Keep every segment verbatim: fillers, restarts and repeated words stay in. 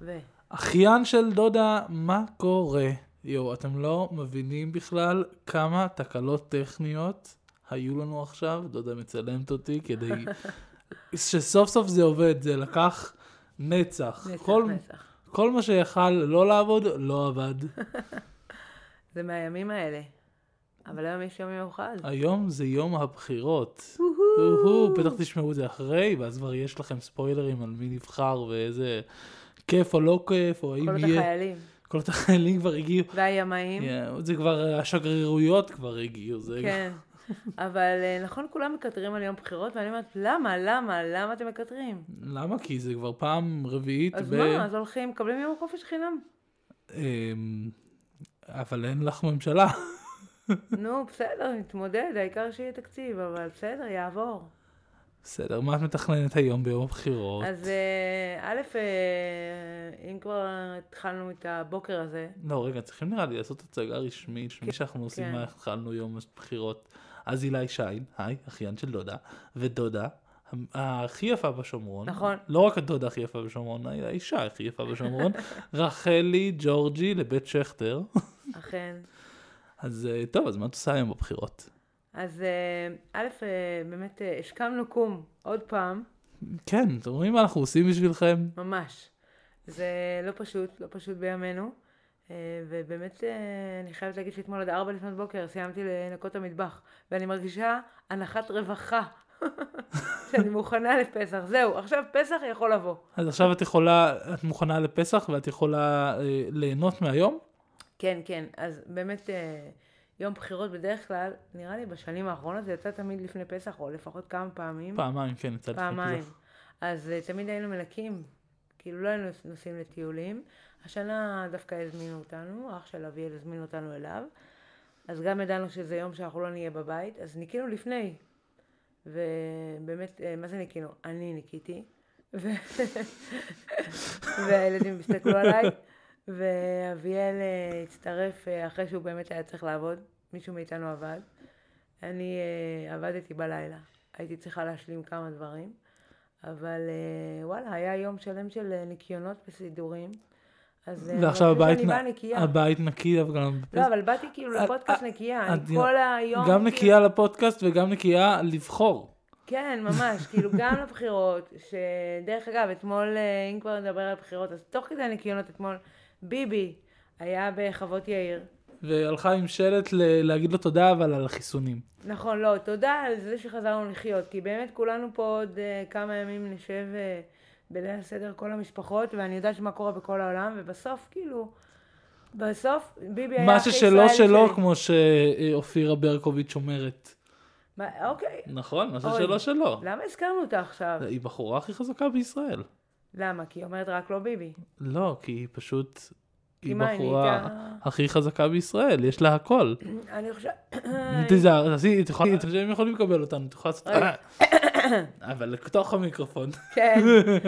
ו... אחיין של דודה, מה קורה? יו, אתם לא מבינים בכלל כמה תקלות טכניות היו לנו עכשיו. דודה מצלמת אותי כדי שסוף סוף זה עובד. זה לקח נצח. נצח, כל, נצח. כל מה שיכל לא לעבוד, לא עבד. זה מהימים האלה. אבל היום יש יום מיוחד. היום זה יום הבחירות. אוהו, בטח תשמעו את זה אחרי, ואז כבר יש לכם ספוילרים על מי נבחר ואיזה כיף או לא כיף, או האם כל יהיה... עוד החיילים. כל עוד החיילים כבר הגיעו. והימאים. Yeah, זה כבר, השגרירויות כבר הגיעו. זה כן. אבל נכון, כולם מקטרים על יום בחירות, ואני אומרת, למה, למה, למה אתם מקטרים? למה? כי זה כבר פעם רביעית. אז ב... מה, אז הולכים, מקבלים יום חופש חינם. אמ, אבל אין לך ממשלה. נו, בסדר, נתמודד, העיקר שיהיה תקציב, אבל בסדר, יעבור. בסדר, מה את מתכננת היום ביום הבחירות? אז א', אם כבר התחלנו את הבוקר הזה... לא, רגע, צריכים נראה לי לעשות הצגה רשמית, שמי שאנחנו עושים מה התחלנו יום הבחירות. אז אילי שיין, היי, אחיין של דודה, ודודה, הכי יפה בשומרון. נכון. לא רק הדודה הכי יפה בשומרון, האישה הכי יפה בשומרון. רחלי ג'ורג'י לבית שכטר. אכן. אז טוב, אז מה את עושה היום בבחירות? אז א', באמת השכמנו קום עוד פעם. כן, אתם רואים מה אנחנו עושים בשבילכם? ממש. זה לא פשוט, לא פשוט בימינו. ובאמת אני חייבת להגיד שאתמול עד ארבע לפנות בוקר סיימתי לנקות המטבח. ואני מרגישה הנחת רווחה. שאני מוכנה לפסח. זהו, עכשיו פסח יכול לבוא. אז עכשיו את יכולה, את מוכנה לפסח ואת יכולה אה, ליהנות מהיום? כן, כן. אז באמת... יום בחירות בדרך כלל, נראה לי בשנים האחרונות, זה יצא תמיד לפני פסח, או לפחות כמה פעמים. פעמיים, כן, יצא לפני פסח. פעמיים. אז uh, תמיד היינו מלקים, כאילו לא היינו נוסעים לטיולים. השנה דווקא הזמינו אותנו, אח של אביאל הזמינו אותנו אליו. אז גם ידענו שזה יום שאנחנו לא נהיה בבית, אז ניקינו לפני. ובאמת, מה זה ניקינו? אני ניקיתי. ו... והילדים הסתכלו עליי. ואביאל הצטרף אחרי שהוא באמת היה צריך לעבוד, מישהו מאיתנו עבד. אני עבדתי בלילה, הייתי צריכה להשלים כמה דברים, אבל וואלה, היה יום שלם של ניקיונות וסידורים. ועכשיו הבית, נ... הבית נקי, אבל גם... לא, אבל באתי כאילו לפודקאסט נקייה, אני כל היום... גם נקייה לפודקאסט וגם נקייה לבחור. כן, ממש, כאילו גם לבחירות, שדרך אגב, אתמול, אם כבר נדבר על בחירות, אז תוך כדי הניקיונות אתמול, ביבי היה בחוות יאיר. והלכה עם שלט ל- להגיד לו תודה, אבל על החיסונים. נכון, לא, תודה על זה שחזרנו לחיות, כי באמת כולנו פה עוד uh, כמה ימים נשב uh, בליל הסדר כל המשפחות, ואני יודעת מה קורה בכל העולם, ובסוף כאילו, בסוף ביבי היה הכי ישראלי שלי. מה ששלו שלו, שלי. כמו שאופירה ברקוביץ' אומרת. מה, אוקיי. נכון, מה ששלו שלו. למה הזכרנו אותה עכשיו? היא בחורה הכי חזקה בישראל. למה? כי היא אומרת רק לא ביבי. לא, כי היא פשוט... היא מה, בחורה אני הכי חזקה בישראל, יש לה הכל. אני חושב... תזהר, הם יכולים לקבל אותנו, תוכל לעשות... אבל לתוך המיקרופון. כן.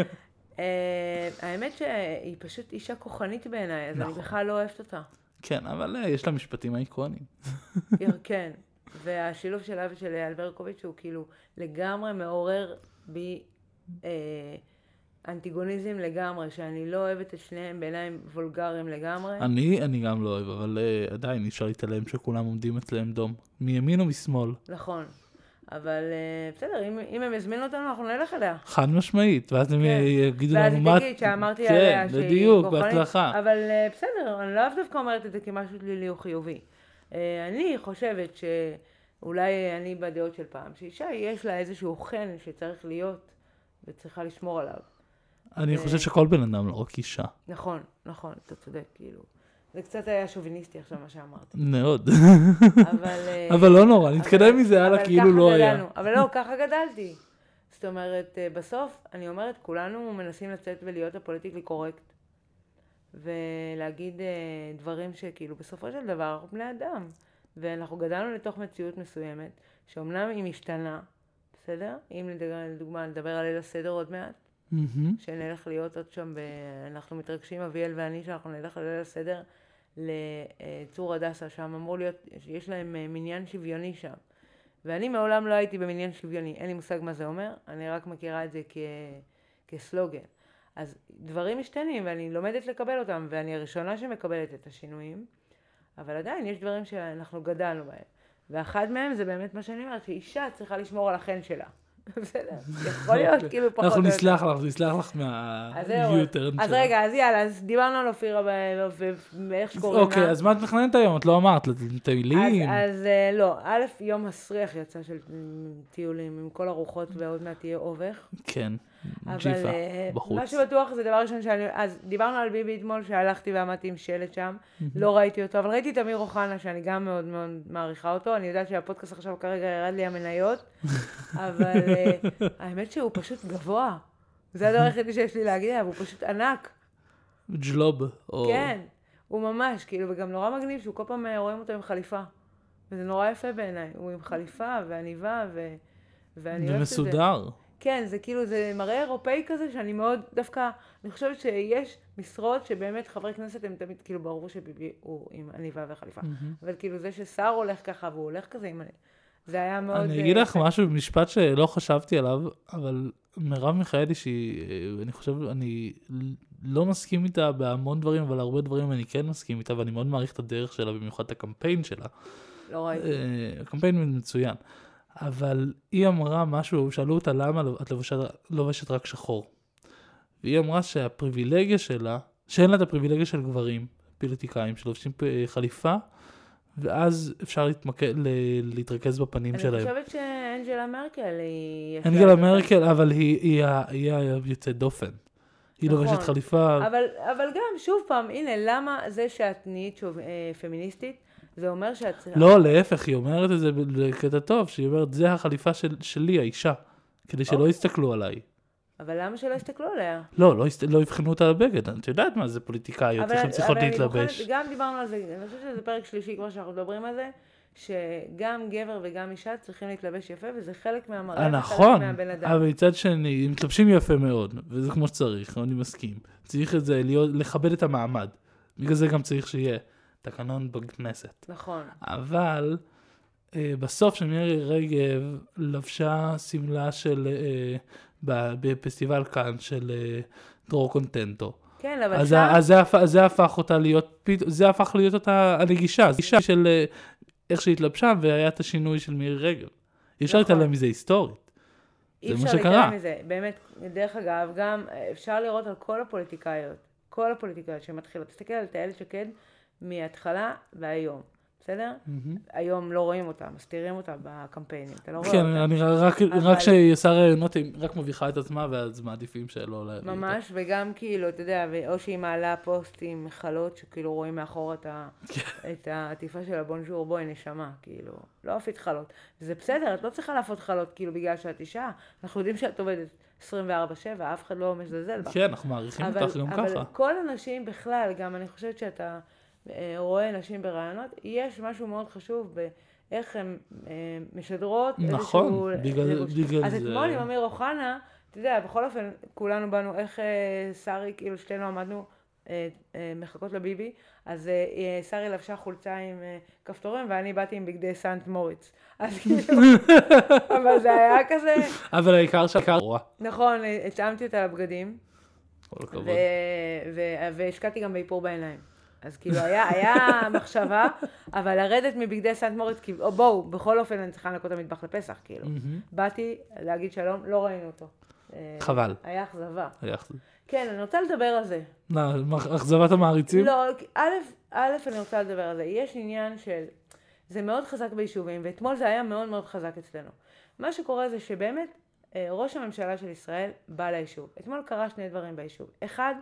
האמת שהיא פשוט אישה כוחנית בעיניי, אז אני בכלל לא אוהבת אותה. כן, אבל יש לה משפטים האיקונים. כן, והשילוב של אבי של אייל ברקוביץ' הוא כאילו לגמרי מעורר בי... אנטיגוניזם לגמרי, שאני לא אוהבת את שניהם בעיניים וולגריים לגמרי. אני, אני גם לא אוהב, אבל uh, עדיין אי אפשר להתעלם שכולם עומדים אצלם דום. מימין או משמאל. נכון. אבל uh, בסדר, אם, אם הם יזמינו אותנו, אנחנו נלך אליה. חד משמעית, ואז הם כן. יגידו לנו מה... ואז היא תגיד שאמרתי כן, עליה שהיא בדיוק, כוחנית. בהצלחה. אבל uh, בסדר, אני לא אף דווקא אומרת את זה כמשהו שלילי או חיובי. Uh, אני חושבת שאולי אני בדעות של פעם, שאישה יש לה איזשהו חן שצריך להיות וצריכה לשמור עליו. אני חושב שכל בן אדם לא רק אישה. נכון, נכון, אתה צודק, כאילו. זה קצת היה שוביניסטי עכשיו מה שאמרתי. מאוד. אבל... אבל לא נורא, נתקדם מזה הלאה כאילו לא היה. אבל לא, ככה גדלתי. זאת אומרת, בסוף, אני אומרת, כולנו מנסים לצאת ולהיות הפוליטיקלי קורקט, ולהגיד דברים שכאילו בסופו של דבר אנחנו בני אדם. ואנחנו גדלנו לתוך מציאות מסוימת, שאומנם היא משתנה, בסדר? אם לדוגמה נדבר על ליל הסדר עוד מעט, שנלך להיות עוד שם, אנחנו מתרגשים, אביאל ואני, שאנחנו נלך לליל הסדר לצור הדסה, שם אמור להיות, יש להם מניין שוויוני שם. ואני מעולם לא הייתי במניין שוויוני, אין לי מושג מה זה אומר, אני רק מכירה את זה כ... כסלוגן. אז דברים משתנים ואני לומדת לקבל אותם, ואני הראשונה שמקבלת את השינויים, אבל עדיין יש דברים שאנחנו גדלנו בהם. ואחד מהם זה באמת מה שאני אומרת, שאישה צריכה לשמור על החן שלה. בסדר, יכול להיות כאילו פחות... אנחנו נסלח לך, נסלח לך מה-U-turn אז רגע, אז יאללה, אז דיברנו על אופירה ואיך שקוראים לה. אוקיי, אז מה את מתכננת היום? את לא אמרת, טיולים? אז לא, א', יום מסריח יצא של טיולים, עם כל ארוחות ועוד מעט תהיה אובך. כן, ג'יפה, בחוץ. אבל מה שבטוח זה דבר ראשון שאני... אז דיברנו על ביבי אתמול, שהלכתי ועמדתי עם שלט שם, לא ראיתי אותו, אבל ראיתי את אמיר אוחנה, שאני גם מאוד מאוד מעריכה אותו, אני יודעת שהפודקאסט עכשיו כרגע ירד לי המניות, אבל האמת שהוא פשוט גבוה. זה הדבר היחידי שיש לי להגיד, אבל הוא פשוט ענק. ג'לוב. כן, הוא ממש, כאילו, וגם נורא מגניב שהוא כל פעם רואים אותו עם חליפה. וזה נורא יפה בעיניי, הוא עם חליפה ועניבה, ו... ואני אוהבת את זה. ומסודר. כן, זה כאילו, זה מראה אירופאי כזה, שאני מאוד, דווקא, אני חושבת שיש משרות שבאמת חברי כנסת הם תמיד, כאילו, ברור שביבי הוא עם עניבה וחליפה. אבל כאילו, זה ששר הולך ככה, והוא הולך כזה עם עניבה. זה היה מאוד... אני אגיד לך משהו, משפט שלא חשבתי עליו, אבל מרב מיכאלי, שהיא, אני חושב, אני לא מסכים איתה בהמון דברים, אבל הרבה דברים אני כן מסכים איתה, ואני מאוד מעריך את הדרך שלה, במיוחד את הקמפיין שלה. לא ראיתי. הקמפיין מצוין. אבל היא אמרה משהו, שאלו אותה למה את לובשת, לובשת רק שחור. והיא אמרה שהפריבילגיה שלה, שאין לה את הפריבילגיה של גברים, פוליטיקאים, שלובשים חליפה, ואז אפשר להתמקד, להתרכז בפנים אני שלהם. אני חושבת שאנג'לה מרקל היא... אנג'לה מרקל, אבל היא, היא, היא, היא יוצאת דופן. היא נכון. לובשת חליפה. אבל, אבל גם, שוב פעם, הנה, למה זה שאת נהיית שוב אה, פמיניסטית, זה אומר שאת... לא, להפך, היא אומרת את זה בקטע טוב, שהיא אומרת, זה החליפה של, שלי, האישה, כדי שלא יסתכלו עליי. אבל למה שלא יסתכלו עליה? לא, לא, לא יבחנו אותה לבגד, את יודעת מה זה פוליטיקאיות, איך הן צריכות להתלבש. בוחנת, גם דיברנו על זה, אני חושבת שזה פרק שלישי כבר שאנחנו מדברים על זה, שגם גבר וגם אישה צריכים להתלבש יפה, וזה חלק מהמראה, נכון, חלק מהבן אדם. אבל מצד שני, הם מתלבשים יפה מאוד, וזה כמו שצריך, אני מסכים. צריך את זה, להיות, לכבד את המעמד. בגלל זה גם צריך שיהיה תקנון בכנסת. נכון. אבל אה, בסוף שמירי רגב לבשה סמלה של, אה, בפסטיבל כאן של אה, דרור קונטנטו. כן, אבל אז, שם... אז זה, הפ, זה הפך אותה להיות, זה הפך להיות אותה הנגישה, זה אישה של אה, איך שהתלבשה, והיה את השינוי של מירי רגב. אי אפשר להתעלם מזה היסטורית. אי אפשר להתעלם מזה. באמת, דרך אגב, גם אפשר לראות על כל הפוליטיקאיות, כל הפוליטיקאיות שמתחילות. תסתכל על איילת שקד מההתחלה והיום. בסדר? היום לא רואים אותה, מסתירים אותה בקמפיינים, אתה לא רואה אותה. כן, אני רק שהיא עושה רעיונות, היא רק מביכה את עצמה, ואז מעדיפים שלא... ממש, וגם כאילו, אתה יודע, או שהיא מעלה פוסטים, חלות, שכאילו רואים מאחור את העטיפה של הבונז'ור, בואי נשמה, כאילו, לא אופית חלות. זה בסדר, את לא צריכה להפות חלות, כאילו, בגלל שאת אישה. אנחנו יודעים שאת עובדת עשרים וארבע שבע, אף אחד לא מזלזל בה. כן, אנחנו מעריכים אותך גם ככה. אבל כל אנשים בכלל, גם אני חושבת שאתה... רואה נשים ברעיונות, יש משהו מאוד חשוב באיך הן משדרות. נכון, בגלל זה. אז אתמול עם אמיר אוחנה, אתה יודע, בכל אופן, כולנו באנו, איך שרי, כאילו שתינו עמדנו מחכות לביבי, אז שרי לבשה חולצה עם כפתורים, ואני באתי עם בגדי סנט מוריץ. אז כאילו, אבל זה היה כזה... אבל העיקר שהעיקר... נכון, התאמתי אותה לבגדים, כל הכבוד. והשקעתי גם באיפור בעיניים. אז כאילו היה, היה מחשבה, אבל לרדת מבגדי סנט מוריץ, כאילו, בואו, בכל אופן אני צריכה לנקות את המטבח לפסח, כאילו. באתי להגיד שלום, לא ראינו אותו. חבל. היה אכזבה. היה אכזבה. כן, אני רוצה לדבר על זה. מה, אכזבת המעריצים? לא, א', א', אני רוצה לדבר על זה. יש עניין של, זה מאוד חזק ביישובים, ואתמול זה היה מאוד מאוד חזק אצלנו. מה שקורה זה שבאמת, ראש הממשלה של ישראל בא ליישוב. אתמול קרה שני דברים ביישוב. אחד,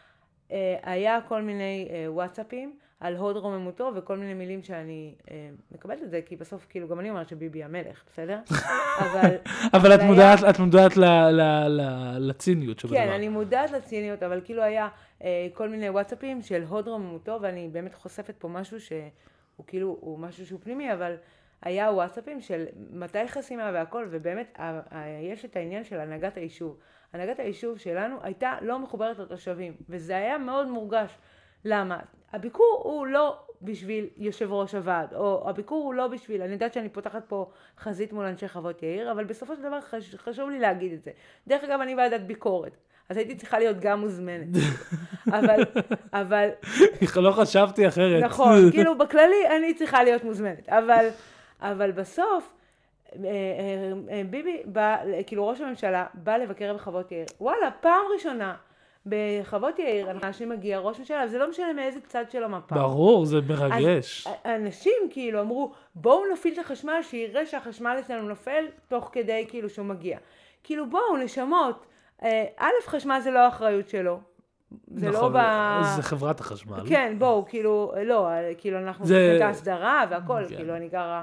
היה כל מיני וואטסאפים על הוד רוממותו וכל מיני מילים שאני מקבלת את זה, כי בסוף כאילו גם אני אומרת שביבי המלך, בסדר? אבל... אבל את מודעת, את מודעת לציניות שבדבר. כן, אני מודעת לציניות, אבל כאילו היה כל מיני וואטסאפים של הוד רוממותו, ואני באמת חושפת פה משהו שהוא כאילו, הוא משהו שהוא פנימי, אבל היה וואטסאפים של מתי חסימה והכל, ובאמת יש את העניין של הנהגת היישוב. הנהגת היישוב שלנו הייתה לא מחוברת לתושבים, וזה היה מאוד מורגש. למה? הביקור הוא לא בשביל יושב ראש הוועד, או הביקור הוא לא בשביל, אני יודעת שאני פותחת פה חזית מול אנשי חוות יאיר, אבל בסופו של דבר חשוב לי להגיד את זה. דרך אגב, אני ועדת ביקורת. אז הייתי צריכה להיות גם מוזמנת. אבל, אבל... לא חשבתי אחרת. נכון, כאילו בכללי אני צריכה להיות מוזמנת. אבל, אבל בסוף, ביבי בא, כאילו ראש הממשלה בא לבקר בחוות יאיר. וואלה, פעם ראשונה בחוות יאיר, אנשים מגיע ראש הממשלה, זה לא משנה מאיזה צד של המפה. ברור, זה מרגש. אז אנשים כאילו אמרו, בואו נפיל את החשמל, שיראה שהחשמל אצלנו נופל, תוך כדי כאילו שהוא מגיע. כאילו בואו, נשמות. א', חשמל זה לא האחריות שלו. זה נכון, לא ב... זה חברת החשמל. כן, בואו, כאילו, לא, כאילו אנחנו זה... עושים את ההסדרה והכל, כן. כאילו אני גרה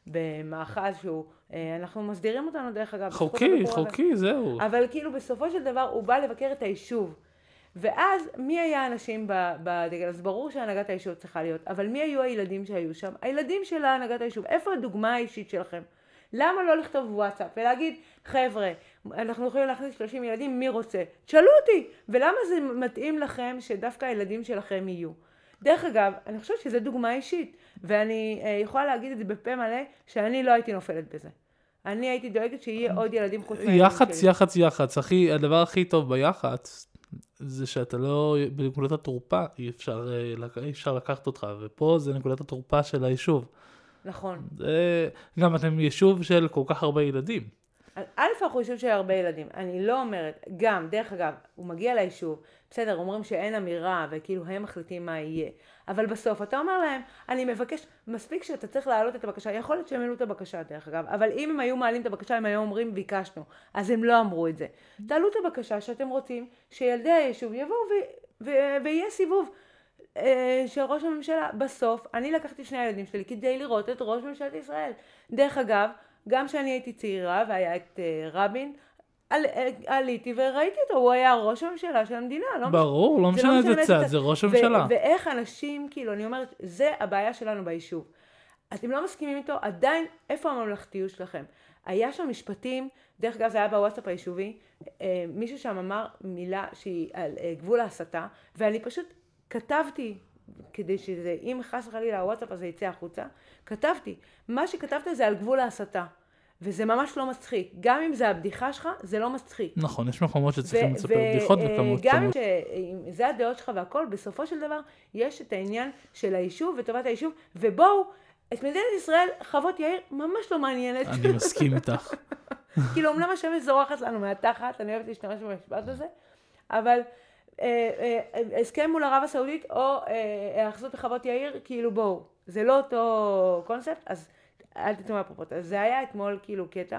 במאחז שהוא, אנחנו מסדירים אותנו דרך אגב. חוקי, חוקי, זהו. אבל כאילו בסופו של דבר הוא בא לבקר את היישוב. ואז מי היה האנשים בדגל? אז ברור שהנהגת היישוב צריכה להיות, אבל מי היו הילדים שהיו שם? הילדים של הנהגת היישוב. איפה הדוגמה האישית שלכם? למה לא לכתוב וואטסאפ ולהגיד, חבר'ה, אנחנו יכולים להכניס שלושים ילדים, מי רוצה? תשאלו אותי, ולמה זה מתאים לכם שדווקא הילדים שלכם יהיו? דרך אגב, אני חושבת שזו דוגמה אישית, ואני יכולה להגיד את זה בפה מלא, שאני לא הייתי נופלת בזה. אני הייתי דואגת שיהיה עוד ילדים חוץ מהילדים שלי. יחץ, יחץ, יחץ. אחי, הדבר הכי טוב ביחץ, זה שאתה לא, בנקודת התורפה, אי אפשר, אי אפשר לקחת אותך, ופה זה נקודת התורפה של היישוב. נכון. זה, גם אתם יישוב של כל כך הרבה ילדים. א', אנחנו יישוב של הרבה ילדים. אני לא אומרת, גם, דרך אגב, הוא מגיע ליישוב, בסדר, אומרים שאין אמירה, וכאילו הם מחליטים מה יהיה. אבל בסוף אתה אומר להם, אני מבקש, מספיק שאתה צריך להעלות את הבקשה, יכול להיות שהם העלו את הבקשה, דרך אגב, אבל אם הם היו מעלים את הבקשה, הם היו אומרים, ביקשנו, אז הם לא אמרו את זה. תעלו את הבקשה שאתם רוצים, שילדי היישוב יבואו ו- ו- ויהיה סיבוב אה, של ראש הממשלה. בסוף, אני לקחתי שני הילדים שלי כדי לראות את ראש ממשלת ישראל. דרך אגב, גם כשאני הייתי צעירה והיה את uh, רבין, על, עליתי וראיתי אותו, הוא היה ראש הממשלה של המדינה. לא ברור, לא משנה איזה צד, זה ראש הממשלה. ואיך אנשים, כאילו, אני אומרת, זה הבעיה שלנו ביישוב. אתם לא מסכימים איתו, עדיין, איפה הממלכתיות שלכם? היה שם משפטים, דרך אגב זה היה בוואטסאפ היישובי, אה, מישהו שם אמר מילה שהיא על אה, גבול ההסתה, ואני פשוט כתבתי, כדי שזה, אם חס וחלילה הוואטסאפ הזה יצא החוצה, כתבתי, מה שכתבת זה על גבול ההסתה, וזה ממש לא מצחיק. גם אם זה הבדיחה שלך, זה לא מצחיק. נכון, יש מקומות שצריכים לספר בדיחות וכמות. גם אם זה הדעות שלך והכל, בסופו של דבר, יש את העניין של היישוב וטובת היישוב, ובואו, את מדינת ישראל, חוות יאיר, ממש לא מעניינת. אני מסכים איתך. כאילו, אומנם השמש זורחת לנו מהתחת, אני אוהבת להשתמש במשפט הזה, אבל הסכם מול ערב הסעודית או היחסות לחוות יאיר, כאילו בואו, זה לא אותו קונספט, אז אל תתנו מהפרופות. אז זה היה אתמול כאילו קטע,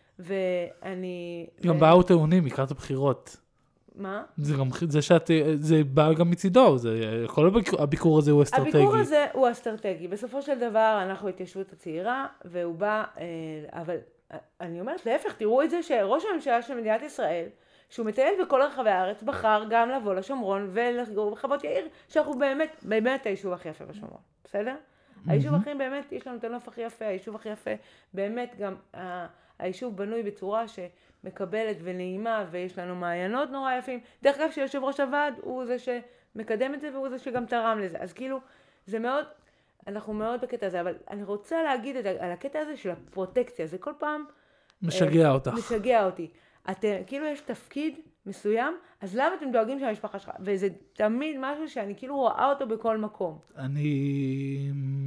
ואני... גם באו טעונים, לקראת הבחירות. מה? זה גם, זה שאת, זה בא גם מצידו, זה, כל הביקור הזה הוא אסטרטגי. הביקור הזה הוא אסטרטגי. בסופו של דבר אנחנו התיישבות הצעירה, והוא בא, אבל אני אומרת להפך, תראו את זה שראש הממשלה של מדינת ישראל, שהוא מטייל בכל רחבי הארץ, בחר גם לבוא לשומרון ולגור בחוות יאיר, שאנחנו באמת, באמת היישוב הכי יפה בשומרון, בסדר? היישוב הכי באמת, יש לנו את הנוף הכי יפה, היישוב הכי יפה, באמת גם היישוב בנוי בצורה שמקבלת ונעימה, ויש לנו מעיינות נורא יפים. דרך אגב שיושב ראש הוועד הוא זה שמקדם את זה, והוא זה שגם תרם לזה. אז כאילו, זה מאוד, אנחנו מאוד בקטע הזה, אבל אני רוצה להגיד את, על הקטע הזה של הפרוטקציה, זה כל פעם... משגע אותך. משגע אותי. אתם, כאילו יש תפקיד מסוים, אז למה אתם דואגים שהמשפחה שלך? וזה תמיד משהו שאני כאילו רואה אותו בכל מקום. אני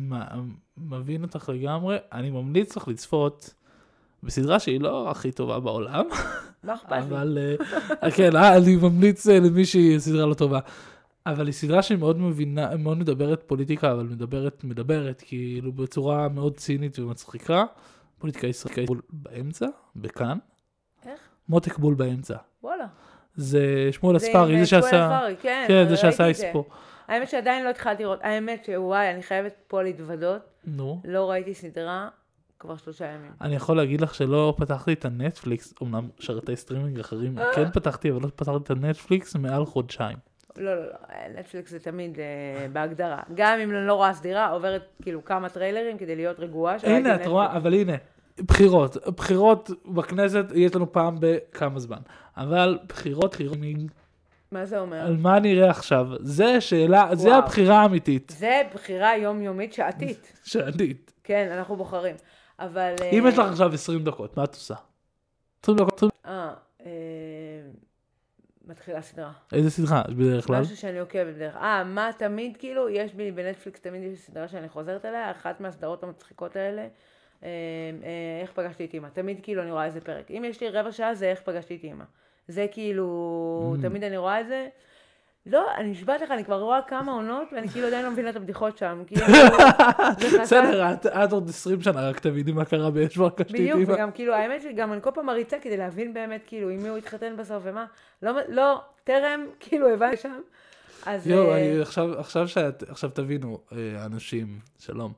מבין אותך לגמרי, אני ממליץ לך לצפות בסדרה שהיא לא הכי טובה בעולם. מה אכפת לי? אבל, כן, אני ממליץ למי שהיא סדרה לא טובה. אבל היא סדרה שהיא מאוד מבינה, מאוד מדברת פוליטיקה, אבל מדברת, מדברת, כאילו בצורה מאוד צינית ומצחיקה. פוליטיקה ישראלית באמצע, בכאן. איך? מותק בול באמצע. וואלה. זה שמואל אספרי, זה שעשה... כן, כן, זה שעשה אספו. האמת שעדיין לא התחלתי לראות, האמת שוואי, אני חייבת פה להתוודות. נו. לא ראיתי סדרה כבר שלושה ימים. אני יכול להגיד לך שלא פתחתי את הנטפליקס, אמנם שרתי סטרימינג אחרים כן פתחתי, אבל לא פתחתי את הנטפליקס מעל חודשיים. לא, לא, לא, נטפליקס זה תמיד בהגדרה. גם אם אני לא רואה סדרה, עוברת כאילו כמה טריילרים כדי להיות רגועה. הנה, את רואה, אבל הנה. בחירות, בחירות בכנסת יש לנו פעם בכמה זמן, אבל בחירות, בחירות, מה זה אומר? על מה נראה עכשיו? זה שאלה, זה הבחירה האמיתית. זה בחירה יומיומית שעתית. שעתית. כן, אנחנו בוחרים, אבל... אם יש לך עכשיו עשרים דקות, מה את עושה? עשרים דקות, אה, מתחילה סדרה. איזה סדרה? בדרך כלל? משהו שאני עוקבת בדרך. אה, מה תמיד כאילו, יש בי בנטפליקס תמיד יש סדרה שאני חוזרת אליה, אחת מהסדרות המצחיקות האלה, אה, אה, איך פגשתי את אמא. תמיד כאילו אני רואה איזה פרק. אם יש לי רבע שעה זה איך פגשתי את אמא. זה כאילו, Mm. תמיד אני רואה את זה. לא, אני נשבעת לך, אני כבר רואה כמה עונות, ואני כאילו עדיין לא מבינה את הבדיחות שם. כאילו, זה חסר- בסדר, את- את עוד עשרים שנה רק תביני מה קרה באש פגשתי את בדיוק, אמא. וגם כאילו, האמת שגם אני כל פעם מריצה כדי להבין באמת, כאילו, עם מי הוא התחתן בסוף ומה. לא, לא, טרם, כאילו, הבא שם. אז... יואו, אה, אני עכשיו, עכשיו שאת, עכשיו תבינו, אה, אנשים, שלום.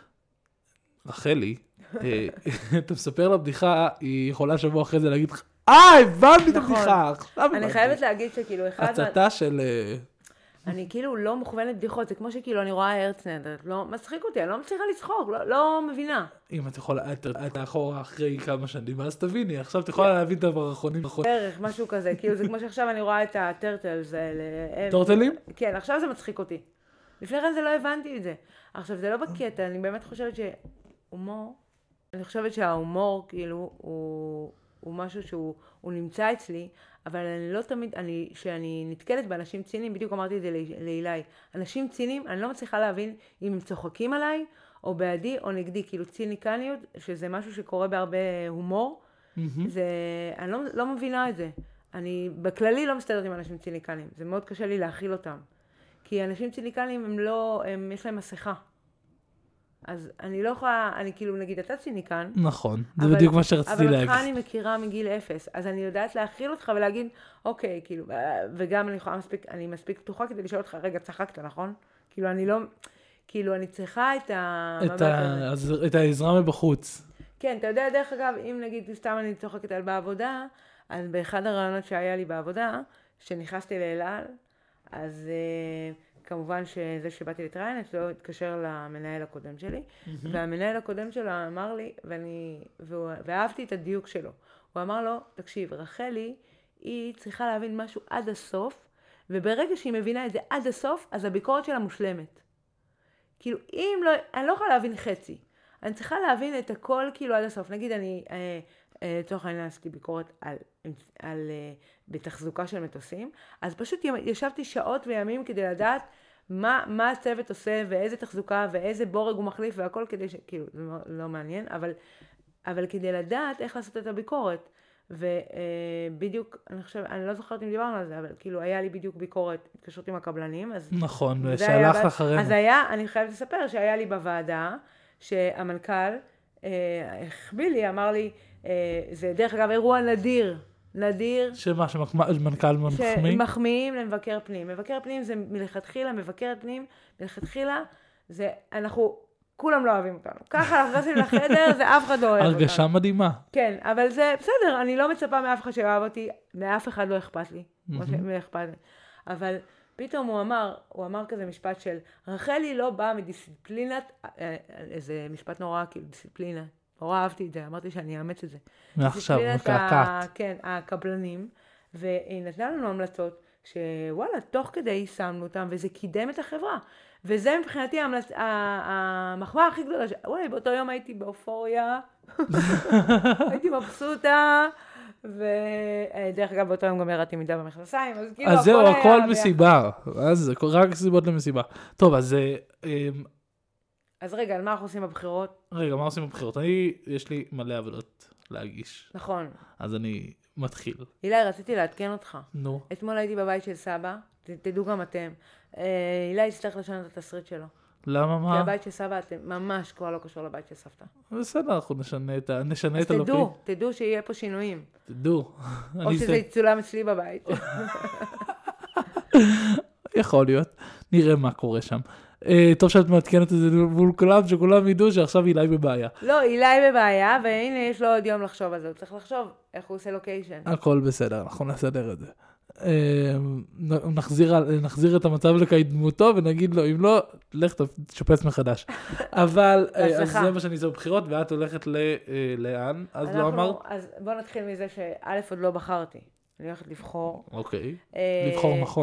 רחלי, אה, אתה מספר לה בדיחה, היא יכולה שבוע אחרי זה להגיד לך, אה, הבנתי את נכון. הבדיחה, עכשיו אני הבנתי. חייבת להגיד שכאילו, אחד... מה- הצתה של... אה, אני כאילו לא מוכוונת בדיחות, זה כמו שכאילו אני רואה ארץ נהדרת, לא מצחיק אותי, אני לא מצליחה לצחוק, לא, לא מבינה. אם את יכולה, את, את אחורה אחרי כמה שנים, אז תביני, עכשיו את יכולה להבין את המערכונים. בערך, משהו כזה, כאילו זה כמו שעכשיו אני רואה את הטרטלס האלה. הם- טורטלים? כן, עכשיו זה מצחיק אותי. לפני כן זה לא הבנתי את זה. עכשיו, זה לא בקטע, אני באמת חושבת שהומור, אני חושבת שההומור, כאילו, הוא, הוא משהו שהוא הוא נמצא אצלי, אבל אני לא תמיד, אני, שאני נתקלת באנשים ציניים, בדיוק אמרתי את זה לאילי, אנשים ציניים, אני לא מצליחה להבין אם הם צוחקים עליי, או בעדי או נגדי, כאילו ציניקניות, שזה משהו שקורה בהרבה הומור, זה, אני לא, לא מבינה את זה. אני בכללי לא מסתדרת עם אנשים ציניקניים, זה מאוד קשה לי להכיל אותם. כי אנשים ציניקניים הם לא, הם, יש להם מסכה. אז אני לא יכולה, אני כאילו נגיד אתה ציניקן. נכון, זה אבל- בדיוק מה שרציתי אבל להגיד. אותך אני מכירה מגיל אפס, אז אני יודעת להכיל אותך ולהגיד, אוקיי, כאילו, וגם אני יכולה מספיק, אני מספיק פתוחה כדי לשאול אותך, רגע, צחקת, נכון? כאילו, אני לא, כאילו, אני צריכה את המבט את, הזה. ה... את העזרה מבחוץ. כן, אתה יודע, דרך אגב, אם נגיד סתם אני צוחקת על בעבודה, אז באחד הרעיונות שהיה לי בעבודה, שנכנסתי לאלעל, אז uh, כמובן שזה שבאתי להתראיין, אצלו התקשר למנהל הקודם שלי, והמנהל הקודם שלו אמר לי, ואני, והוא, ואהבתי את הדיוק שלו, הוא אמר לו, תקשיב, רחלי, היא צריכה להבין משהו עד הסוף, וברגע שהיא מבינה את זה עד הסוף, אז הביקורת שלה מושלמת. כאילו, אם לא, אני לא יכולה להבין חצי. אני צריכה להבין את הכל כאילו עד הסוף. נגיד, אני, אה, אה, לצורך העניין עשיתי ביקורת על, על, אה, בתחזוקה של מטוסים, אז פשוט ישבתי שעות וימים כדי לדעת מה, מה הצוות עושה ואיזה תחזוקה ואיזה בורג הוא מחליף והכל כדי ש... כאילו, זה לא, לא מעניין, אבל, אבל כדי לדעת איך לעשות את הביקורת. ובדיוק, אני חושב, אני לא זוכרת אם דיברנו על זה, אבל כאילו היה לי בדיוק ביקורת, התקשרות עם הקבלנים, אז... נכון, זה ושהלך היה- אחרינו. אז היה, אני חייבת לספר שהיה לי בוועדה, שהמנכ"ל אה, החביא לי, אמר לי, אה, זה דרך אגב אירוע נדיר, נדיר, שמה, שמנכ"ל מחמיא? שמחמיאים למבקר פנים. מבקר פנים זה מלכתחילה, מבקר פנים, מלכתחילה, זה, אנחנו, כולם לא אוהבים אותנו. ככה אנחנו נכנסים לחדר, זה אף אחד לא אוהב אותנו. הרגשה מדהימה. כן, אבל זה בסדר, אני לא מצפה מאף אחד שאוהב אותי, מאף אחד לא אכפת לי, כמו שמי אכפת לי. אבל פתאום הוא אמר, הוא אמר כזה משפט של, רחלי לא באה מדיסציפלינת, אה, איזה משפט נורא, כאילו דיסציפלינה, נורא אהבתי את זה, אמרתי שאני אאמץ את זה. מעכשיו, דיסציפלינת ה- מקעקעת. כן, הקבלנים, והיא נתנה לנו המלצות, שוואלה, תוך כדי שמנו אותם, וזה קידם את החברה. וזה מבחינתי המלצ... ה- המחמאה הכי גדולה, ש... וואי, באותו יום הייתי באופוריה, הייתי מבסוטה, ודרך אגב, באותו יום גם ירדתי מידה במכנסיים, אז כאילו אז זהו, היה הכל ביחד. מסיבה. אז זה רק סיבות למסיבה. טוב, אז אה, אה, אז רגע, על מה אנחנו עושים בבחירות? רגע, מה עושים בבחירות? אני, יש לי מלא עבודות להגיש. נכון. אז אני מתחיל. אילי, רציתי לעדכן אותך. נו. אתמול הייתי בבית של סבא, ת- תדעו גם אתם. אה, אילי יצטרך לשנות את התסריט שלו. למה כי מה? הבית של סבא אתם ממש כבר לא קשור לבית של סבתא. בסדר, אנחנו נשנה את ה... נשנה אז את הלופים. תדעו, תדעו שיהיה פה שינויים. תדעו. או אני שזה זה- יצולם אצלי בבית. יכול להיות. נראה מה קורה שם. אה, טוב שאת מעדכנת את זה מול כולם, שכולם ידעו שעכשיו אילי בבעיה. לא, אילי בבעיה, והנה יש לו עוד יום לחשוב על זה. הוא צריך לחשוב איך הוא עושה לוקיישן. הכל בסדר, אנחנו נסדר את זה. אה, נ- נחזיר, על- נחזיר את המצב לקדמותו ונגיד לו, אם לא, לך תשפץ מחדש. אבל, אה, אז בהצלחה. זה מה שאני עושה בבחירות, ואת הולכת ל- אה, לאן? אז לא אנחנו- אמרת? אז בוא נתחיל מזה שא' עוד לא בחרתי. אני הולכת לבחור. אוקיי. אה, לבחור נכון.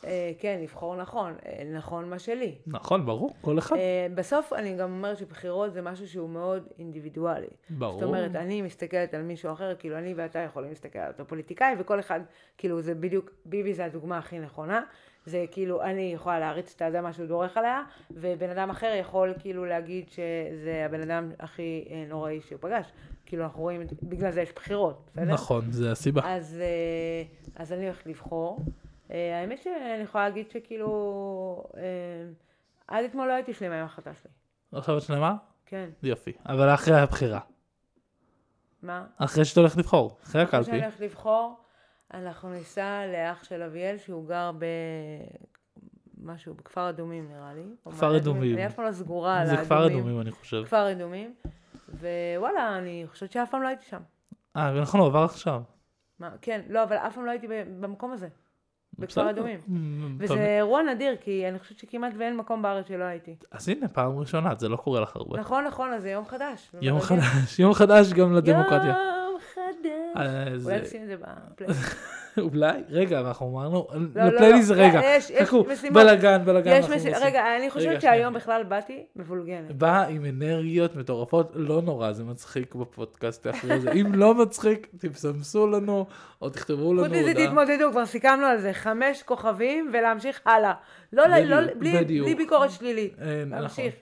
אה, כן, לבחור נכון, אה, נכון מה שלי. נכון, ברור, כל אחד. אה, בסוף אני גם אומרת שבחירות זה משהו שהוא מאוד אינדיבידואלי. ברור. זאת אומרת, אני מסתכלת על מישהו אחר, כאילו אני ואתה יכולים להסתכל על אותו פוליטיקאי, וכל אחד, כאילו זה בדיוק, ביבי זה הדוגמה הכי נכונה. זה כאילו, אני יכולה להריץ את האדמה שהוא דורך עליה, ובן אדם אחר יכול כאילו להגיד שזה הבן אדם הכי אה, נוראי שהוא פגש. כאילו אנחנו רואים, בגלל זה יש בחירות, בסדר? נכון, זה הסיבה. אז, אה, אז אני הולכת לבחור. אה, האמת שאני יכולה להגיד שכאילו, אה, עד אתמול לא הייתי שלמה עם ההחלטה שלי. עכשיו את שלמה? כן. יופי. אבל אחרי הבחירה. מה? אחרי שאתה הולך לבחור, אחרי אחרי הקלפי. שאני הולכת לבחור, אנחנו ניסע לאח של אביאל, שהוא גר ב... משהו, בכפר אדומים נראה לי. כפר אדומים. אני אף פעם לא סגורה על זה האדומים. כפר אדומים, אני חושב. כפר אדומים. ווואלה, אני חושבת שאף פעם לא הייתי שם. אה, נכון, הוא עבר עכשיו. מה? כן, לא, אבל אף פעם לא הייתי במקום הזה. בכפר בסדר. אדומים. מ- וזה פעם- אירוע נדיר, כי אני חושבת שכמעט ואין מקום בארץ שלא הייתי. אז הנה, פעם ראשונה, זה לא קורה לך הרבה. נכון, נכון, אז זה יום חדש. זה יום מרגש. חדש, יום חדש גם לדמוקרטיה. יום חדש. אה, זה- אולי נשים את זה בפלייליסט. אולי, רגע, אנחנו אמרנו, לא, לפלייליסט לא, רגע, יש- יש חכו, משימות. בלגן, בלגן, יש אנחנו משימות, עושים. רגע, אני רגע, חושבת שנייה. שהיום בכלל באתי מבולגנת. בא עם אנרגיות מטורפות, לא נורא, זה מצחיק בפודקאסט אחרי זה. אם לא מצחיק, תפסמסו לנו, או תכתבו לנו חוץ מזה הודעה. תתמודדו, כבר סיכמנו על זה, חמש כוכבים ולהמשיך הלאה. לא, לא, בדיוק, לא, בלי- בדיוק. בלי ביקורת שלילית. אה, נכון. להמשיך.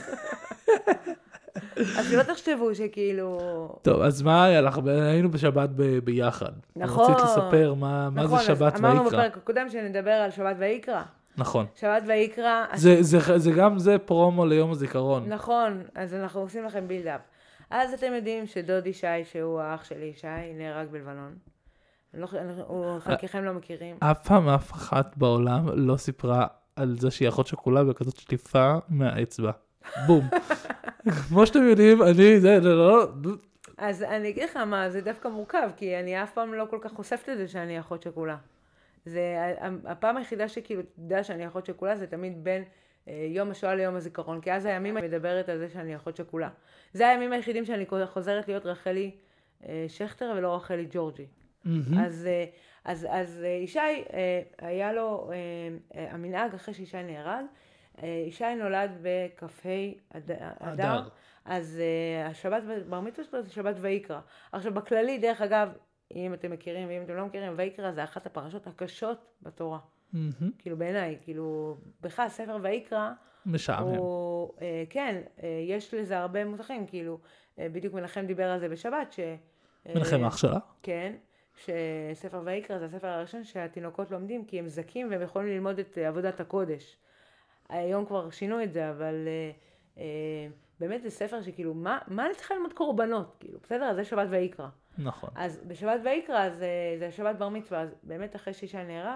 אז שלא תחשבו שכאילו... טוב, אז מה היה לך? היינו בשבת ב- ביחד. נכון. רצית לספר מה מה זה נכון, שבת אז אמרנו ויקרא. בפרק הקודם שנדבר על שבת ויקרא. נכון. שבת ויקרא, זה- זה- זה גם זה פרומו ליום הזיכרון. נכון, אז אנחנו עושים לכם בילדאפ. אז אתם יודעים שדודי שי, שהוא האח שלי, שי, נהרג בלבנון. אני לא, אני, הוא, חלקכם לא מכירים. אף פעם אף אחת בעולם לא סיפרה על זה שהיא אחות שכולה בכזאת שטיפה מהאצבע. בום. כמו שאתם יודעים, אני, זה, זה לא... אז אני אגיד לך מה, זה דווקא מורכב, כי אני אף פעם לא כל כך חושפת את זה שאני אחות שכולה. זה, הפעם היחידה שכאילו, תדע שאני אחות שכולה, זה תמיד בין אה, יום השואה ליום הזיכרון, כי אז הימים אני מדברת על זה שאני אחות שכולה. זה הימים היחידים שאני חוזרת להיות רחלי אה, שכטר ולא רחלי ג'ורג'י. אז, אה, אז, אז אה, ישי, אה, היה לו, אה, אה, המנהג אחרי שישי נהרג, אה, ישי נולד בכ"ה אדר, אדר. אז uh, השבת בר מצווה שלו זה שבת ויקרא. עכשיו בכללי, דרך אגב, אם אתם מכירים ואם אתם לא מכירים, ויקרא זה אחת הפרשות הקשות בתורה. כאילו בעיניי, כאילו, בכלל ספר ויקרא, משעמם. הוא, uh, כן, uh, יש לזה הרבה מותחים, כאילו, uh, בדיוק מנחם דיבר על זה בשבת, ש... uh, מנחם אח שלה? כן, שספר ויקרא זה הספר הראשון שהתינוקות לומדים, כי הם זקים והם יכולים ללמוד את uh, עבודת הקודש. היום כבר שינו את זה, אבל... Uh, uh, באמת זה ספר שכאילו, מה, מה אני צריכה ללמוד קורבנות? כאילו, בסדר? אז זה שבת ויקרא. נכון. אז בשבת ויקרא זה, זה שבת בר מצווה, אז באמת אחרי שישי נהרג,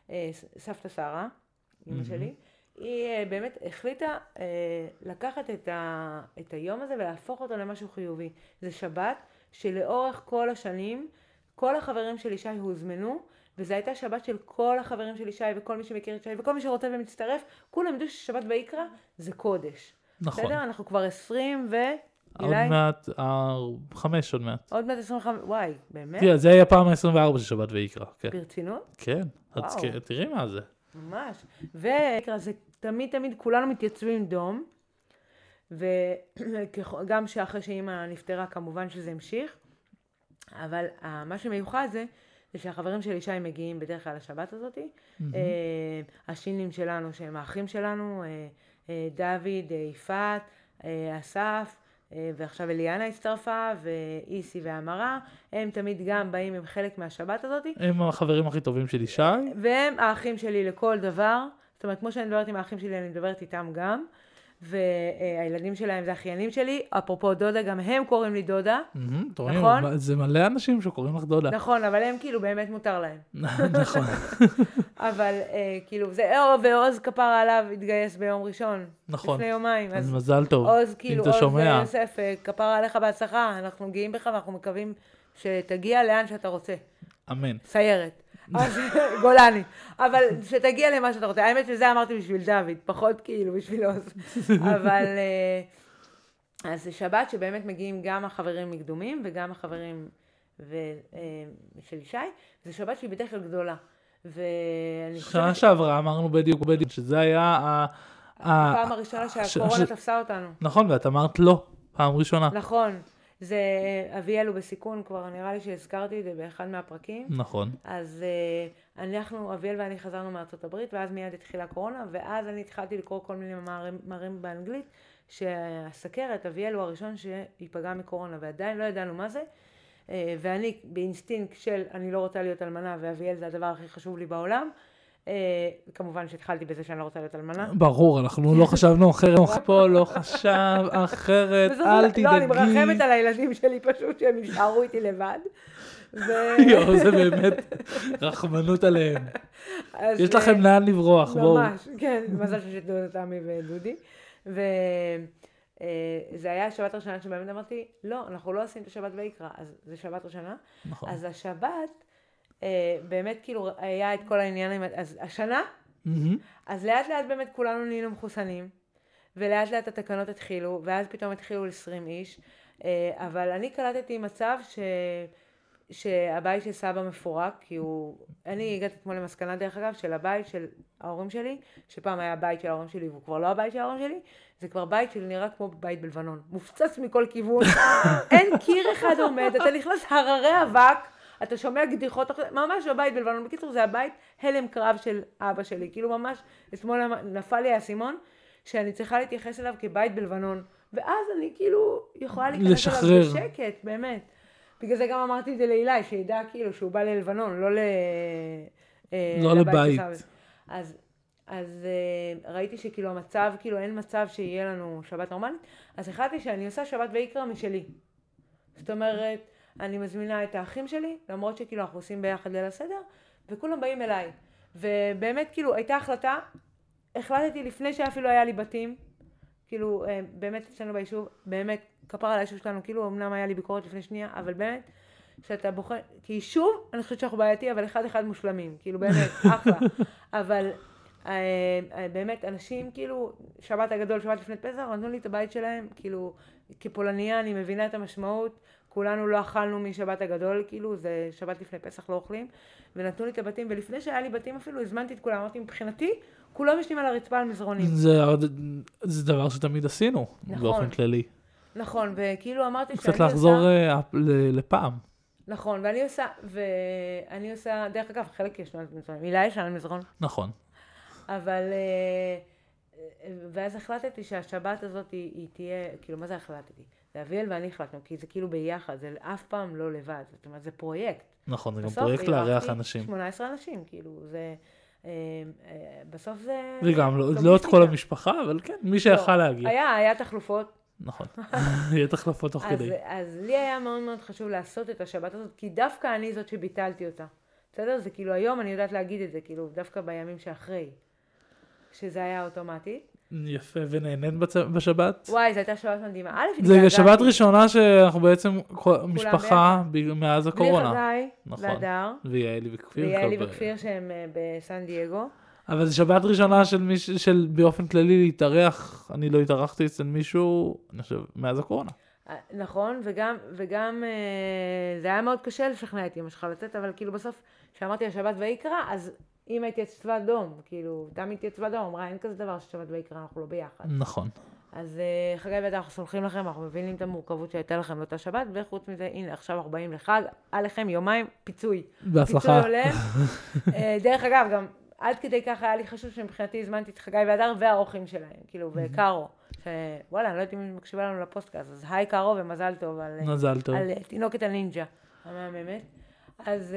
סבתא שרה, אמא שלי, היא באמת החליטה לקחת את, ה, את היום הזה ולהפוך אותו למשהו חיובי. זה שבת שלאורך כל השנים, כל החברים של ישי הוזמנו, וזו הייתה שבת של כל החברים של ישי וכל מי שמכיר את ישי וכל מי שרוצה ומצטרף, כולם ידעו ששבת ויקרא זה קודש. נכון. בסדר? אנחנו כבר עשרים ו... עוד מעט, אה, חמש עוד מעט. עוד מעט עשרים וחמש, וואי, באמת? תראה, זה היה פעם ה-עשרים וארבע של שבת ויקרא. כן. ברצינות? כן. וואו. אז כן, תראי מה זה. ממש. ויקרא זה תמיד תמיד כולנו מתייצבים דום, וגם שאחרי שאמא נפטרה כמובן שזה המשיך, אבל מה שמיוחד זה, זה שהחברים של ישי מגיעים בדרך כלל לשבת הזאת, השינים שלנו שהם האחים שלנו, דוד, יפעת, אסף, ועכשיו אליאנה הצטרפה, ואיסי ואמרה, הם תמיד גם באים עם חלק מהשבת הזאת. הם החברים הכי טובים של ישי. והם האחים שלי לכל דבר, זאת אומרת, כמו שאני מדברת עם האחים שלי, אני מדברת איתם גם, והילדים שלהם זה אחיינים שלי, אפרופו דודה, גם הם קוראים לי דודה, נכון? זה מלא אנשים שקוראים לך דודה. נכון, אבל הם כאילו באמת מותר להם. נכון. אבל כאילו, זה ועוז כפרה עליו התגייס ביום ראשון. נכון. לפני יומיים. אז מזל טוב. עוז, כאילו, אם אתה שומע. עוז יוסף, כפרה עליך בהצלחה, אנחנו גאים בך ואנחנו מקווים שתגיע לאן שאתה רוצה. אמן. סיירת. אז גולני. אבל שתגיע למה שאתה רוצה. האמת שזה אמרתי בשביל דוד, פחות כאילו בשביל עוז. אבל... אז זה שבת שבאמת מגיעים גם החברים מקדומים וגם החברים ו, של ישי. זה שבת שהיא בדרך כלל גדולה. ואני שנה שעברה אמרנו בדיוק בדיוק שזה היה הפעם הראשונה שהקורונה תפסה אותנו. נכון, ואת אמרת לא, פעם ראשונה. נכון. זה, אביאל הוא בסיכון, כבר נראה לי שהזכרתי את זה באחד מהפרקים. נכון. אז uh, אנחנו, אביאל ואני חזרנו מארצות הברית, ואז מיד התחילה הקורונה, ואז אני התחלתי לקרוא כל מיני מאמרים באנגלית, שהסכרת, אביאל הוא הראשון שיפגע מקורונה, ועדיין לא ידענו מה זה, uh, ואני באינסטינקט של אני לא רוצה להיות אלמנה, ואביאל זה הדבר הכי חשוב לי בעולם, Uh, כמובן שהתחלתי בזה שאני לא רוצה להיות אלמנה. ברור, אנחנו לא חשבנו אחרת, פה לא חשב אחרת, אל תדאגי. לא, אני מרחמת על הילדים שלי פשוט שהם יישארו איתי לבד. יו, זה באמת רחמנות עליהם. יש לכם לאן לברוח, בואו. ממש, כן, מזל ששתלו את תמי ודודי. וזה היה השבת הראשונה שבאמת אמרתי, לא, אנחנו לא עושים את השבת ויקרא, אז זה שבת ראשונה. אז השבת... Uh, באמת כאילו היה את כל העניין, אז השנה, mm-hmm. אז לאט לאט באמת כולנו נהיינו מחוסנים, ולאט לאט התקנות התחילו, ואז פתאום התחילו עשרים איש, uh, אבל אני קלטתי מצב ש... שהבית של סבא מפורק, כי הוא, אני הגעתי כמו למסקנה דרך אגב, של הבית של ההורים שלי, שפעם היה הבית של ההורים שלי, והוא כבר לא הבית של ההורים שלי, זה כבר בית של נראה כמו בית בלבנון, מופצץ מכל כיוון, אין קיר אחד עומד, אתה נכנס הררי אבק, אתה שומע גדיחות, ממש בבית בלבנון. בקיצור, זה הבית הלם קרב של אבא שלי. כאילו ממש, אתמול נפל לי האסימון, שאני צריכה להתייחס אליו כבית בלבנון. ואז אני כאילו יכולה להיכנס אליו בשקט, באמת. בגלל זה גם אמרתי את זה לאילי, שידע כאילו שהוא בא ללבנון, לא ל... לא לבית. אז, אז ראיתי שכאילו המצב, כאילו אין מצב שיהיה לנו שבת נורמלית. אז החלטתי שאני עושה שבת ויקרא משלי. זאת אומרת... אני מזמינה את האחים שלי, למרות שכאילו אנחנו עושים ביחד ליל הסדר, וכולם באים אליי. ובאמת כאילו הייתה החלטה, החלטתי לפני שאפילו היה לי בתים, כאילו באמת אצלנו ביישוב, באמת כפר על היישוב שלנו, כאילו אמנם היה לי ביקורת לפני שנייה, אבל באמת, שאתה בוחר, כי יישוב, אני חושבת שאנחנו בעייתי, אבל אחד אחד מושלמים, כאילו באמת, אחלה. אבל באמת אנשים כאילו, שבת הגדול, שבת לפני פסח, נתנו לי את הבית שלהם, כאילו כפולניה אני מבינה את המשמעות, כולנו לא אכלנו משבת הגדול, כאילו, זה שבת לפני פסח לא אוכלים, ונתנו לי את הבתים, ולפני שהיה לי בתים אפילו, הזמנתי את כולם, אמרתי, מבחינתי, כולם ישנים על הרצפה על מזרונים. זה, זה דבר שתמיד עשינו, נכון, באופן כללי. נכון, וכאילו אמרתי שאני עושה... קצת לחזור לפעם. נכון, ואני עושה, ואני עושה, דרך אגב, חלק ישנו על מזרונים, מילה ישנה על מזרון. נכון. אבל, ואז החלטתי שהשבת הזאת היא, היא תהיה, כאילו, מה זה החלטתי? זה אביאל ואני החלטנו, כי זה כאילו ביחד, זה אף פעם לא לבד, זאת אומרת, זה פרויקט. נכון, זה גם פרויקט לארח אנשים. שמונה עשרה אנשים, כאילו, זה, בסוף זה... וגם, לא את כל המשפחה, אבל כן, מי שיכל להגיע. היה, היה תחלופות. נכון, היה תחלופות תוך כדי. אז לי היה מאוד מאוד חשוב לעשות את השבת הזאת, כי דווקא אני זאת שביטלתי אותה. בסדר? זה כאילו, היום אני יודעת להגיד את זה, כאילו, דווקא בימים שאחרי, שזה היה אוטומטי. יפה, ונהנית בשבת? וואי, זו הייתה שבת מדהימה. זה שבת ראשונה שאנחנו בעצם משפחה מאז הקורונה. בלי חגי, והדר. ויעלי וכפיר. ויעלי וכפיר שהם בסן דייגו. אבל זו שבת ראשונה של באופן כללי להתארח, אני לא התארחתי אצל מישהו, אני חושב, מאז הקורונה. נכון, וגם, וגם זה היה מאוד קשה לשכנע את אמא שלך לצאת, אבל כאילו בסוף, כשאמרתי השבת ויקרא, אז אמא התייצבה דום, כאילו, תמי התייצבה דום, אמרה, אין כזה דבר ששבת ויקרא, אנחנו לא ביחד. נכון. אז חגי ואתה, אנחנו סולחים לכם, אנחנו מבינים את המורכבות שהייתה לכם לאותה שבת, וחוץ מזה, הנה, עכשיו אנחנו באים לחג, עליכם יומיים, פיצוי. בהצלחה. פיצוי הולם. דרך אגב, גם עד כדי כך היה לי חשוב שמבחינתי הזמנתי את חגי והדר והאורחים שלהם, כאילו, וקארו, שוואלה, אני לא יודעת אם היא מקשיבה לנו לפוסטקאסט, אז היי קארו ומזל טוב על, מזל טוב. על תינוקת הנינג'ה, המהממת. אז,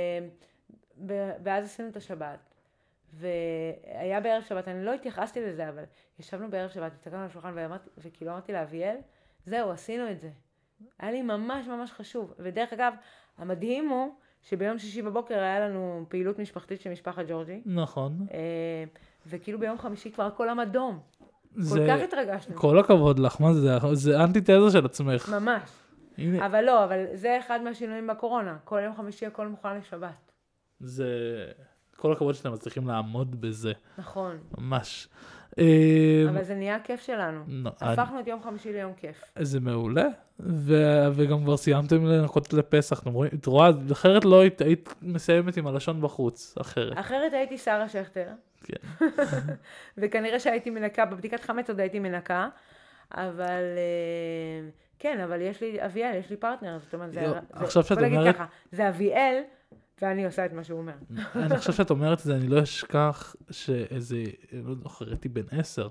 ואז עשינו את השבת, והיה בערב שבת, אני לא התייחסתי לזה, אבל ישבנו בערב שבת, הסתכלנו על השולחן ואמרתי, וכאילו אמרתי לאביאל, זהו, עשינו את זה. היה לי ממש ממש חשוב, ודרך אגב, המדהים הוא, שביום שישי בבוקר היה לנו פעילות משפחתית של משפחת ג'ורג'י. נכון. וכאילו ביום חמישי כבר הכל עמד דום. כל כך התרגשנו. כל הכבוד לך, מה זה? זה אנטיתזה של עצמך. ממש. אבל לא, אבל זה אחד מהשינויים בקורונה. כל יום חמישי הכל מוכן לשבת. זה... כל הכבוד שאתם מצליחים לעמוד בזה. נכון. ממש. אה, אבל זה נהיה כיף שלנו. לא, הפכנו את יום חמישי ליום כיף. זה מעולה, ו- וגם כבר סיימתם לנקות לפסח, אתם רואים, את רואה, אחרת לא היית, היית מסיימת עם הלשון בחוץ, אחרת. אחרת הייתי שרה שכטר. כן. וכנראה שהייתי מנקה, בבדיקת חמץ עוד הייתי מנקה, אבל אה, כן, אבל יש לי אביאל, יש לי פרטנר, זאת אומרת, זה, לא, זה, עכשיו שאת בוא נגיד אומרת- ככה, זה אביאל, ואני עושה את מה שהוא אומר. אני חושב שאת אומרת את זה, אני לא אשכח שאיזה, לא זוכר, הייתי בן עשר,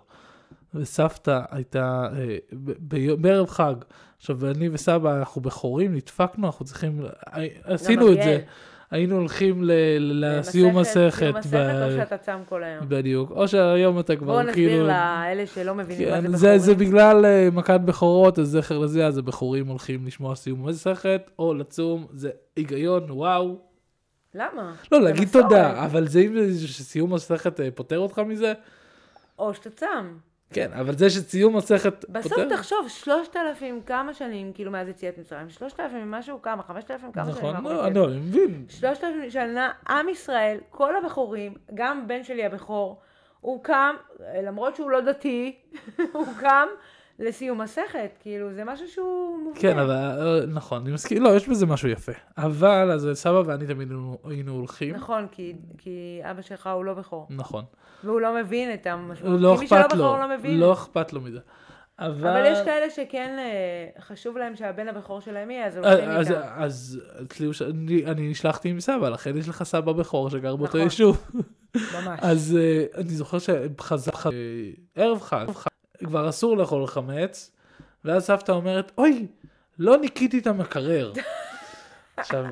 וסבתא הייתה אה, ב- ב- בערב חג. עכשיו, אני וסבא, אנחנו בחורים, נדפקנו, אנחנו צריכים, אה, עשינו את זה. אביאל. היינו הולכים ל- ל- לסיום מסכת. סיום מסכת, ב- או שאתה צם כל היום. בדיוק. או שהיום אתה כבר בואו כאילו... נסביר לאלה שלא מבינים מה כן, זה זה, בחורים. זה בגלל אה, מכת בכורות, אז זכר לזה, אז הבחורים הולכים לשמוע סיום מסכת, או לצום, זה היגיון, וואו. למה? לא, זה להגיד מסורת. תודה, אבל זה אם זה שסיום מסכת אה, פותר אותך מזה, או שאתה צם. כן, אבל זה שסיום מסכת בסוף פותר... תחשוב, שלושת אלפים כמה שנים, כאילו מאז יציאת מצרים, שלושת אלפים משהו, כמה, חמשת אלפים כמה שנים. נכון, אנחנו לא, נמצאים. אני לא, אני מבין. שלושת אלפים שנה, עם ישראל, כל הבחורים, גם בן שלי הבכור, הוא קם, למרות שהוא לא דתי, הוא קם לסיום מסכת, כאילו, זה משהו שהוא מובנה. כן, אבל אה, נכון, אני מסכים, לא, יש בזה משהו יפה. אבל, אז סבא ואני תמיד היינו- היינו הולכים. נכון, כי, כי אבא שלך הוא לא בכור, נכון. והוא לא מבין את המשמעות. לא כי מי שלא אכפת בכור לו, לא מבין. לא אכפת לו מזה. אבל... אבל יש כאלה שכן אה, חשוב להם שהבן הבכור שלהם יהיה, אז אז, הולכים אז, איתם. אז אצלי הוא ש- אני, אני נשלחתי עם סבא, לכן יש לך סבא בכור שגר באותו נכון. יישוב. ממש. אז uh, אני זוכר שחזר, uh, ערב חג, כבר אסור לאכול חמץ, ואז סבתא אומרת, אוי, לא ניקיתי את המקרר. עכשיו,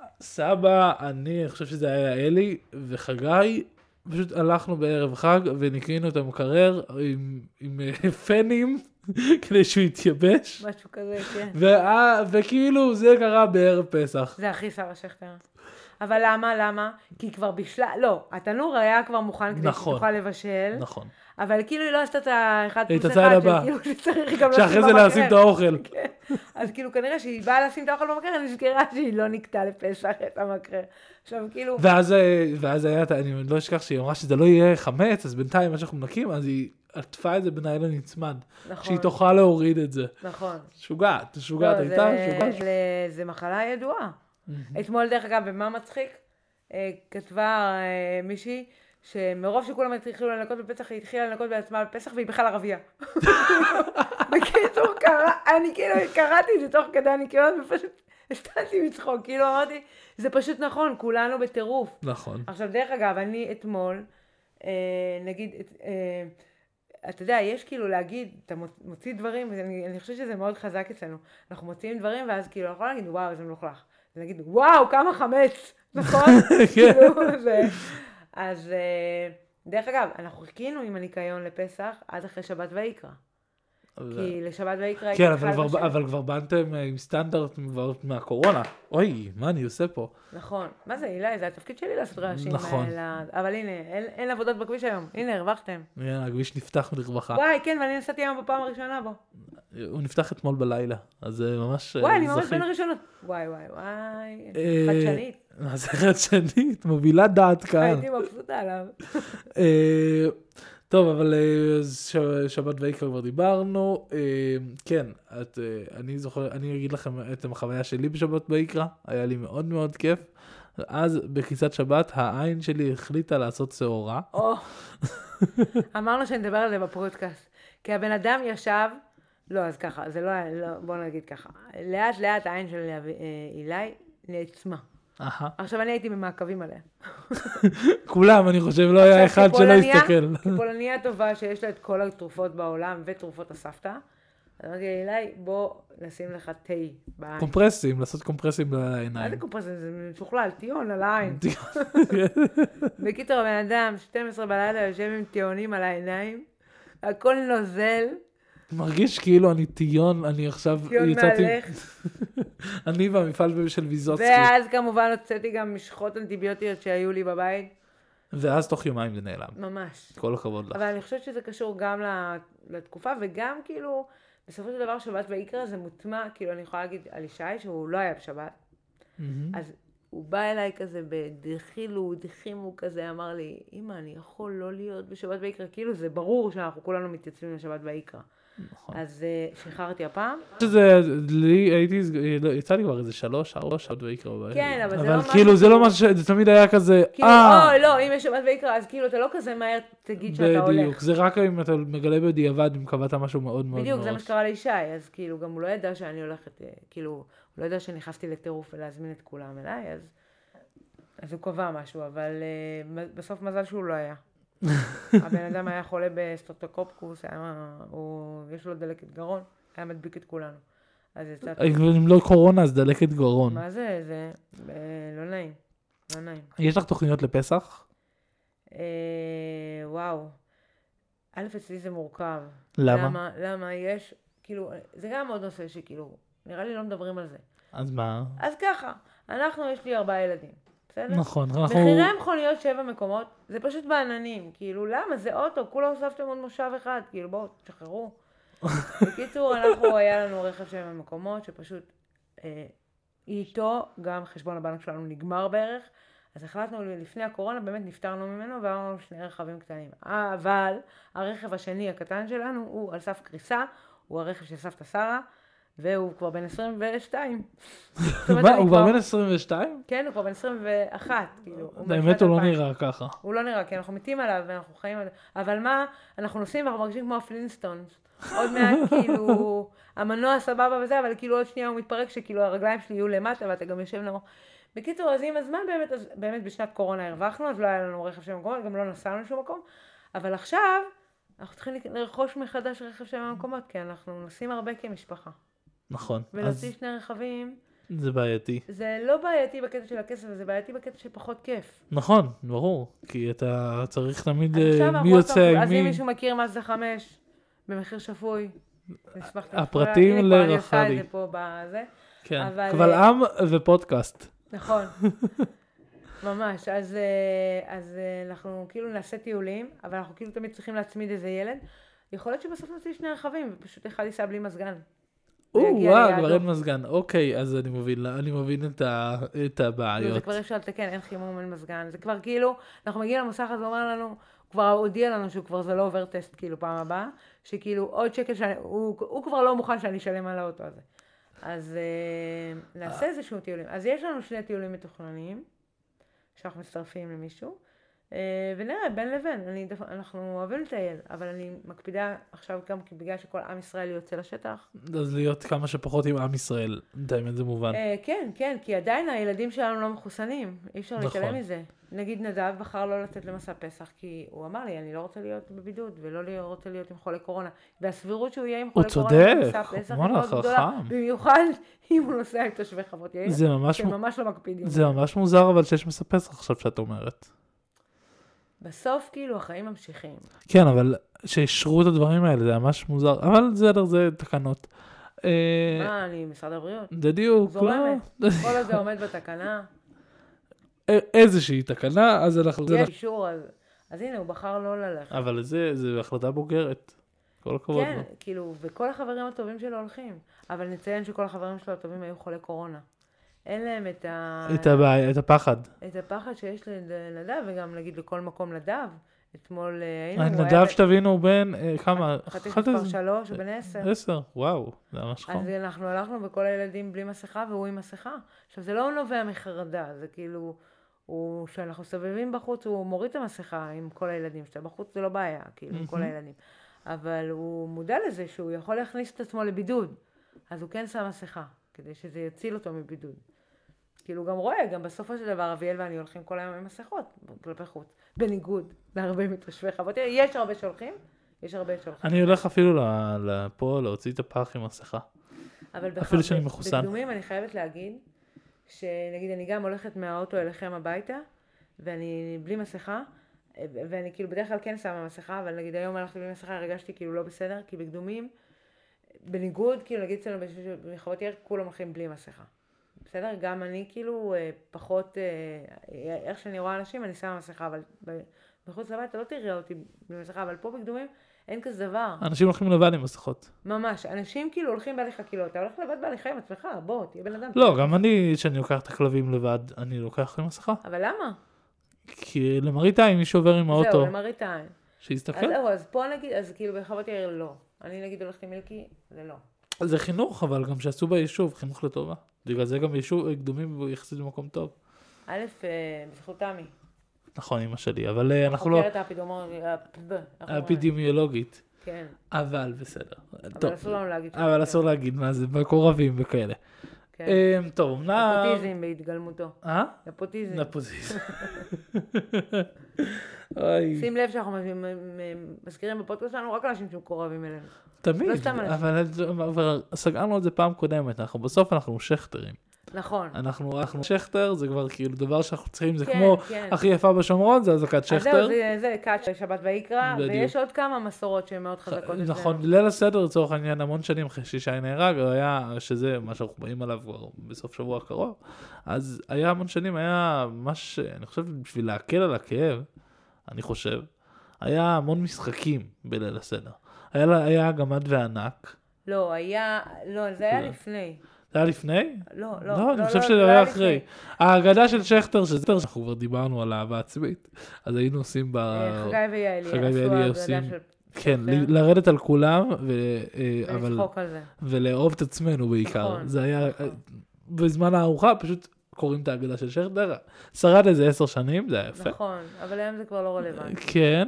סבא, אני, אני חושב שזה היה אלי וחגי, פשוט הלכנו בערב חג וניקינו את המקרר עם, עם uh, פנים, כדי שהוא יתייבש. משהו כזה, כן. וה- וכאילו זה קרה בערב פסח. זה הכי שרה שכטר. אבל למה? למה? כי כבר בשלה... לא, התנור היה כבר מוכן כדי נכון. שתוכל לבשל, נכון. אבל כאילו היא לא עשתה את האחד את פלוס הצעד אחד, הבא. שכאילו שצריך גם שאחרי זה במקרר. לשים את האוכל. כן. אז כאילו כנראה שהיא באה לשים את האוכל במקרר, אני נזכרה שהיא לא נקטה לפסח את המקרר. עכשיו כאילו... ואז, אה, ואז היה, אני לא אשכח שהיא אמרה שזה לא יהיה חמץ, אז בינתיים מה שאנחנו מנקים, אז היא עטפה את זה בניילון נצמד. נכון. שהיא תוכל להוריד את זה. נכון. שוגעת, שוגעת לא, הייתה, זה- שוגעת. זה- זה מחלה ידועה. אתמול דרך אגב, במה מצחיק? אה, כתבה אה, מישהי שמרוב שכולם התחילו לנקות בפסח, היא התחילה לנקות בעצמה בפסח והיא בכלל ערבייה. בקיצור, קרא- אני כאילו קראתי את זה תוך כדי הניקיון ופשוט השתנתי מצחוק. כאילו אמרתי, זה פשוט נכון, כולנו בטירוף. נכון. עכשיו דרך אגב, אני אתמול, אה, נגיד, את- אה, אתה יודע, יש כאילו להגיד, אתה מוצ- מוציא דברים, ואני אני חושבת שזה מאוד חזק אצלנו. אנחנו מוציאים דברים, ואז כאילו, אנחנו לא להגיד, וואו, איזה מלוכלך. זה להגיד, וואו, כמה חמץ, נכון? כאילו, זה... אז אה, דרך אגב, אנחנו חיכינו עם הניקיון לפסח עד אחרי שבת ויקרא. כי לשבת ויקרא הייתי כן, אבל צריכה כבר- לבשל. אבל כבר באנתם אה, עם סטנדרט כבר מהקורונה. אוי, מה אני עושה פה? נכון. מה זה, אילי? זה התפקיד שלי לעשות רעשים. נכון. האלה. אבל הנה, אין- אין עבודות בכביש היום. הנה, הרווחתם. הנה, הכביש נפתח לרווחה. וואי, כן, ואני נסעתי היום בפעם הראשונה בו. הוא נפתח אתמול בלילה, אז זה ממש... וואי, אני ממש זכית. בין הראשונות. וואי, וואי, וואי. אה, חדשנית. מה זה חדשנית? מובילה דעת קהל. הייתי מבסוטה עליו. אה, טוב, אבל אה, אז ש- שבת ויקרא כבר דיברנו. אה, כן, את, אה, אני זוכר, אני אגיד לכם את החוויה שלי בשבת ויקרא, היה לי מאוד מאוד כיף. אז בכניסת שבת העין שלי החליטה לעשות שעורה. או, אמרנו שנדבר על זה בפודקאסט. כי הבן אדם ישב, לא, אז ככה, זה לא היה, לא, בוא נגיד ככה. לאט לאט העין של אה, אילי נעצמה. אהה. עכשיו אני הייתי במעקבים עליה. כולם, אני חושב, לא היה אחד עכשיו, שלא כפולניה- הסתכל. כפולניה טובה שיש לה את כל התרופות בעולם ותרופות הסבתא. אז אמרתי אילי, בוא נשים לך תה בעין. קומפרסים, לעשות קומפרסים מה לעיניים. זה קומפרסיה? זה משוכלל, טיון על העין. בקיצור, הבן אדם, שתים עשרה בלילה יושב עם טיעונים על העיניים, הכל נוזל, מרגיש כאילו אני טיון, אני עכשיו טיעון יצאתי... מהלך, אני והמפעל של ויזוצקי. ואז כמובן הוצאתי גם משחות אנטיביוטיות שהיו לי בבית, ואז תוך יומיים זה נעלם. ממש. כל הכבוד לך. אבל אני חושבת שזה קשור גם לתקופה, וגם כאילו, בסופו של דבר שבת ויקרא זה מוטמע, כאילו אני יכולה להגיד על ישי שהוא לא היה בשבת, מהמם. אז הוא בא אליי כזה בדחילו, דחימו כזה, אמר לי, אמא, אני יכול לא להיות בשבת ויקרא, כאילו זה ברור שאנחנו כולנו מתייצבים לשבת ויקרא. נכון. אז uh, שחררתי הפעם. שזה, לי הייתי, יצא לי כבר איזה שלוש, ארבע שעות ויקרא בבית. כן, אבל זה לא אבל משהו כאילו זה שהוא- לא משהו, זה תמיד היה כזה, כאילו, אה, אוי, לא, אם יש שבת ויקרא, אז כאילו אתה לא כזה מהר תגיד שאתה הולך. בדיוק, זה רק אם אתה מגלה בדיעבד אם קבעת משהו מאוד מאוד בדיוק, זה מה מראש. שקרה לישי, אז כאילו גם הוא לא ידע שאני הולכת, אה, כאילו, הוא לא ידע שנכנסתי לטירוף ולהזמין את כולם אליי, אז, אז הוא קבע משהו, אבל uh, מ- בסוף מזל שהוא לא היה. הבן אדם היה חולה בסטרפטוקוקוס, היה, הוא, יש לו דלקת גרון, היה מדביק את כולנו. אז יצאתי, אם לא קורונה אז דלקת גרון. מה זה, זה אה, לא נעים, לא נעים. יש לך תוכניות לפסח? אה, וואו, א' אצלי זה מורכב. למה? למה? למה יש, כאילו, זה גם עוד נושא שכאילו, נראה לי לא מדברים על זה. אז מה? אז ככה, אנחנו, יש לי ארבעה ילדים, בסדר? נכון, אנחנו... מחירי המכוניות שבע מקומות, זה פשוט בעננים, כאילו, למה? זה אוטו, כולה הוספתם עוד מושב אחד, כאילו, בואו, תשחררו. בקיצור, אנחנו, היה לנו רכב שבע מקומות, שפשוט אה, איתו, גם חשבון הבנק שלנו נגמר בערך, אז החלטנו לפני הקורונה, באמת נפטרנו ממנו, ועברנו לנו שני רכבים קטנים. אבל הרכב השני הקטן שלנו הוא על סף קריסה, הוא הרכב של סבתא שרה, והוא כבר בן עשרים ושתיים. זאת אומרת, מה, אני הוא כבר בן עשרים ושתיים? כן, הוא כבר בן עשרים ואחת, כאילו. הוא האמת משנת הוא לא אלפיים. נראה ככה. הוא לא נראה, כי אנחנו מתים עליו ואנחנו חיים עליו. אבל מה, אנחנו נוסעים ואנחנו מרגישים כמו הפלינסטונס. עוד מעט, כאילו, המנוע סבבה וזה, אבל כאילו עוד שנייה הוא מתפרק, שכאילו הרגליים שלי יהיו למטה ואתה גם יושב נמוך. בקיצור, אז עם הזמן באמת, אז באמת בשנת קורונה הרווחנו, אז לא היה לנו רכב של מקומות, גם לא נסענו לשום מקום. אבל עכשיו, אנחנו צריכים לרכוש מחדש רכב של מקומות, כי אנחנו נוסעים הרבה כמשפחה. נכון. ולהוציא אז שני רכבים, זה בעייתי. זה לא בעייתי בקטע של הכסף, זה בעייתי בקטע של פחות כיף. נכון, ברור. כי אתה צריך תמיד אז אה, עכשיו מי אנחנו יוצא עוד פעם- עם אז אם מי. מישהו מכיר מה זה חמש, במחיר שפוי, נשמח לתפולה. הפרטים הנה כבר אני עושה לרחלי. את זה פה בזה. כן. אבל, קבל אה, עם ופודקאסט. נכון. ממש. אז, אה, אז אה, אנחנו כאילו נעשה טיולים, אבל אנחנו כאילו תמיד צריכים להצמיד איזה ילד. יכול להיות שבסוף נוציא שני רכבים, ופשוט אחד ייסע בלי מזגן. או, ויגיע וואו, ליעדו. כבר אין מזגן. אוקיי, אז אני מבין, אני מבין את ה- את לא, זה הבעיות. כבר אפשר לתקן, אין חימום, אין מזגן. זה כבר כאילו, אנחנו מגיעים למוסך הזה, הוא אומר לנו, הוא כבר הודיע לנו שהוא כבר זה לא עובר טסט כאילו פעם הבאה, שכאילו עוד שקל שאני, הוא, הוא כבר לא מוכן שאני אשלם על האוטו הזה. אז אה, נעשה איזשהו טיולים. אז יש לנו שני טיולים מתוכננים, שאנחנו מצטרפים למישהו, אה, ונראה, בין לבין, אני, דפ- אנחנו אוהבים לטייל, אבל אני מקפידה עכשיו גם בגלל שכל עם ישראל יוצא לשטח. אז להיות כמה שפחות עם עם ישראל, את האמת זה מובן. אה, כן, כן, כי עדיין הילדים שלנו לא מחוסנים, אי אפשר נכון. להתעלם מזה. נגיד נדב בחר לא לצאת למסע פסח, כי הוא אמר לי, אני לא רוצה להיות בבידוד, ולא לי- רוצה להיות עם חולה קורונה. והסבירות שהוא יהיה עם חולה צודק, קורונה במסע פסח היא וואלה, מאוד גדולה, חכם. במיוחד אם הוא נוסע עם תושבי חוות יאיר, זה ממש מ- שממש לא מקפידים. זה ממש מוזר אבל שיש מספס עכשיו שאת אומרת. בסוף כאילו החיים ממשיכים. כן, אבל שאישרו את הדברים האלה, זה ממש מוזר, אבל בסדר, זה תקנות. אה, מה, אני משרד הבריאות? בדיוק, זורמת. לא. כל עוד זה עומד בתקנה, א- איזושהי תקנה, אז אנחנו... זה יש אנחנו- אישור, אז- אז הנה, הוא בחר לא ללכת. אבל זה, זה החלטה בוגרת. כל הכבוד כן, לו. כאילו, וכל החברים הטובים שלו הולכים. אבל נציין שכל החברים שלו הטובים היו חולי קורונה. אין להם את, ה... את הבעיה, את הפחד. את הפחד שיש לנדב, וגם נגיד לכל מקום נדב. אתמול אה, היינו, הוא נדב שתבינו הוא בן, אה, כמה? חתיך אחת מספר עשרה? שלוש, הוא בן עשר. עשר, וואו, זה ממש אז חום. אנחנו הלכנו וכל הילדים בלי מסכה, והוא עם מסכה. עכשיו, זה לא נובע מחרדה, זה כאילו, הוא, כשאנחנו סובבים בחוץ, הוא מוריד את המסכה עם כל הילדים. שאתה בחוץ זה לא בעיה, כאילו, עם כל הילדים. אבל הוא מודע לזה שהוא יכול להכניס את עצמו לבידוד. אז הוא כן שם מסכה, כדי שזה יציל אותו מבידוד. כאילו הוא גם רואה, גם בסופו של דבר אביאל ואני הולכים כל היום עם מסכות כלפי חוץ, בניגוד להרבה מתושבי חוות. יש הרבה שהולכים, יש הרבה שהולכים. אני הולך אפילו ל- לפה להוציא את הפח עם מסכה. אבל בח- אפילו שאני ב- מחוסן. בקדומים אני חייבת להגיד, שנגיד אני גם הולכת מהאוטו אליכם הביתה, ואני בלי מסכה, ואני כאילו בדרך כלל כן שמה מסכה, אבל נגיד היום הלכתי בלי מסכה, הרגשתי כאילו לא בסדר, כי בקדומים, בניגוד, כאילו נגיד אצלנו בחוות יאיר, כולם הולכים בלי מסכה. בסדר? גם אני כאילו פחות, איך שאני רואה אנשים, אני שמה מסכה, אבל בחוץ לבית אתה לא תראה אותי במסכה, אבל פה בקדומים אין כזה דבר. אנשים הולכים לבד עם מסכות. ממש, אנשים כאילו הולכים בהליכה, כאילו, אתה הולך לבד בהליכה עם עצמך, בוא, תהיה בן אדם. לא, גם אני, שאני לוקח את הכלבים לבד, אני לוקח עם מסכה. אבל למה? כי למראית עין, מי שעובר עם האוטו, זהו, למראית עין. שיסתכל. אז זהו, אז פה נגיד, אז כאילו בחוות יאיר לא. אני נגיד הולכת עם מילקי, זה לא. זה חינוך, אבל גם שעשו ביישוב, חינוך לטובה. בגלל זה גם ביישוב קדומים יחסית במקום טוב. א', בזכות תמי. נכון, אמא שלי, אבל אנחנו לא... חוקרת האפידמיולוגית. כן. אבל בסדר. אבל אסור לנו להגיד. אבל אסור להגיד מה זה, בקורבים וכאלה. טוב, אמנה... נפוטיזם בהתגלמותו. אה? נפוטיזם. נפוטיזם. שים לב שאנחנו מזכירים בפודקאסט שלנו רק אנשים שמקורבים אלינו. תמיד, אבל סגרנו את זה פעם קודמת, אנחנו בסוף אנחנו שכתרים. נכון. אנחנו, אנחנו שכתר, זה כבר כאילו דבר שאנחנו צריכים, זה כמו הכי יפה בשומרון, זה הזקת שכתר. אז זהו, זה קאט של שבת ויקרא, ויש עוד כמה מסורות שהן מאוד חזקות אצלנו. נכון, ליל הסדר לצורך העניין המון שנים אחרי שישי נהרג, היה שזה מה שאנחנו באים עליו כבר בסוף שבוע הקרוב, אז היה המון שנים, היה ממש, אני חושב בשביל להקל על הכאב, אני חושב, היה המון משחקים בליל הסדר. היה, היה גמד וענק. לא, היה, לא, זה היה לפני. זה היה לפני? לא, לא. לא, אני חושב שזה היה אחרי. ההגדה של שכתר, שזה שאנחנו כבר דיברנו על אהבה עצמית, אז היינו עושים ב... חגי ויעלי. חגי ויעלי עושים... כן, לרדת על כולם, ולצחוק על זה. ולאהוב את עצמנו בעיקר. זה היה... בזמן הארוחה פשוט קוראים את ההגדה של שכתר. שרד איזה עשר שנים, זה היה יפה. נכון, אבל היום זה כבר לא רלוונטי. כן,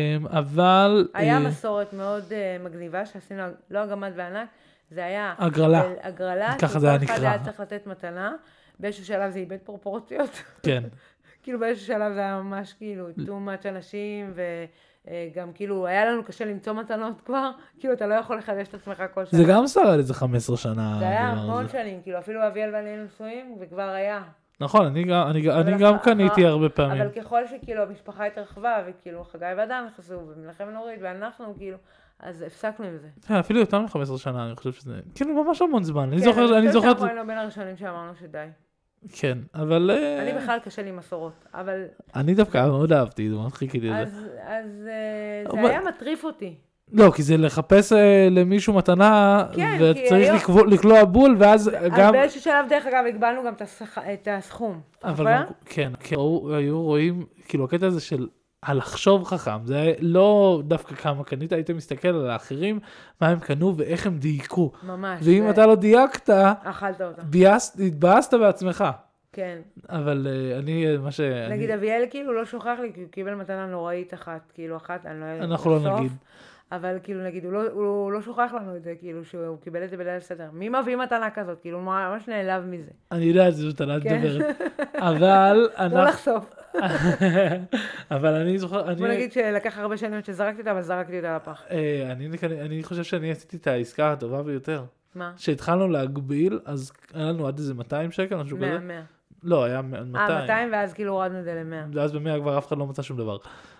אבל... היה מסורת מאוד מגניבה, שעשינו לא הגמד וענק, זה היה... הגרלה. הגרלה. ככה זה היה נקרא. כל אחד היה צריך לתת מתנה, באיזשהו שלב זה איבד פרופורציות. כן. כאילו באיזשהו שלב זה היה ממש כאילו too much אנשים, וגם כאילו היה לנו קשה למצוא מתנות כבר, כאילו אתה לא יכול לחדש את עצמך כל שנה. זה גם שרד איזה חמש עשרה שנה. זה היה המון שנים, כאילו אפילו אביאל ואני היינו נשואים, וכבר היה. נכון, אני גם, אני, אני גם קניתי הרבה פעמים. אבל ככל שכאילו המשפחה התרחבה, וכאילו חגי ואדם נכנסו, ומנחם ונורית, ואנחנו כאילו, אז הפסקנו עם זה. כן, אפילו יותר מ-חמש עשרה שנה, אני חושב שזה, כאילו ממש המון זמן. אני כן, זוכר, אני זוכר... שאנחנו היינו בין הראשונים שאמרנו שדי. כן, אבל... אני בכלל קשה לי מסורות, אבל... אני דווקא מאוד אהבתי, זה מאוד חיכיתי לזה. אז, אז זה היה מטריף אותי. לא, כי זה לחפש למישהו מתנה, כן, וצריך לקלוע בול, ואז גם... אז באיזשהו שלב, דרך אגב, הגבלנו גם את הסכום. אבל גם, כן, היו רואים, כאילו, הקטע הזה של הלחשוב חכם, זה לא דווקא כמה קנית, היית מסתכל על האחרים, מה הם קנו ואיך הם דייקו. ממש. ואם אתה לא דייקת, אכלת אותה. התבאסת בעצמך. כן. אבל אני, מה ש... נגיד, אביאל כאילו לא שוכח לי, כי הוא קיבל מתנה נוראית אחת, כאילו אחת, אני לא יודעת. אנחנו לא נגיד. אבל כאילו נגיד, הוא לא, הוא לא שוכח לנו את זה, כאילו שהוא קיבל את זה בליל הסדר. מי מביא מתנה כזאת? כאילו, הוא ממש נעלב מזה. אני יודע, זו מתנה לדברת. אבל... לא לחשוף. אבל אני זוכר... בוא נגיד שלקח הרבה שנים שזרקתי אותה, אבל זרקתי אותה לפח. אני חושב שאני עשיתי את העסקה הטובה ביותר. מה? שהתחלנו להגביל, אז היה לנו עד איזה מאתיים שקל, משהו כזה. מאה, מאה. לא, היה מאתיים. אה, מאתיים, ואז כאילו הורדנו את זה ל-מאה. ואז ב-מאה כבר אף אחד לא מצא שום דבר.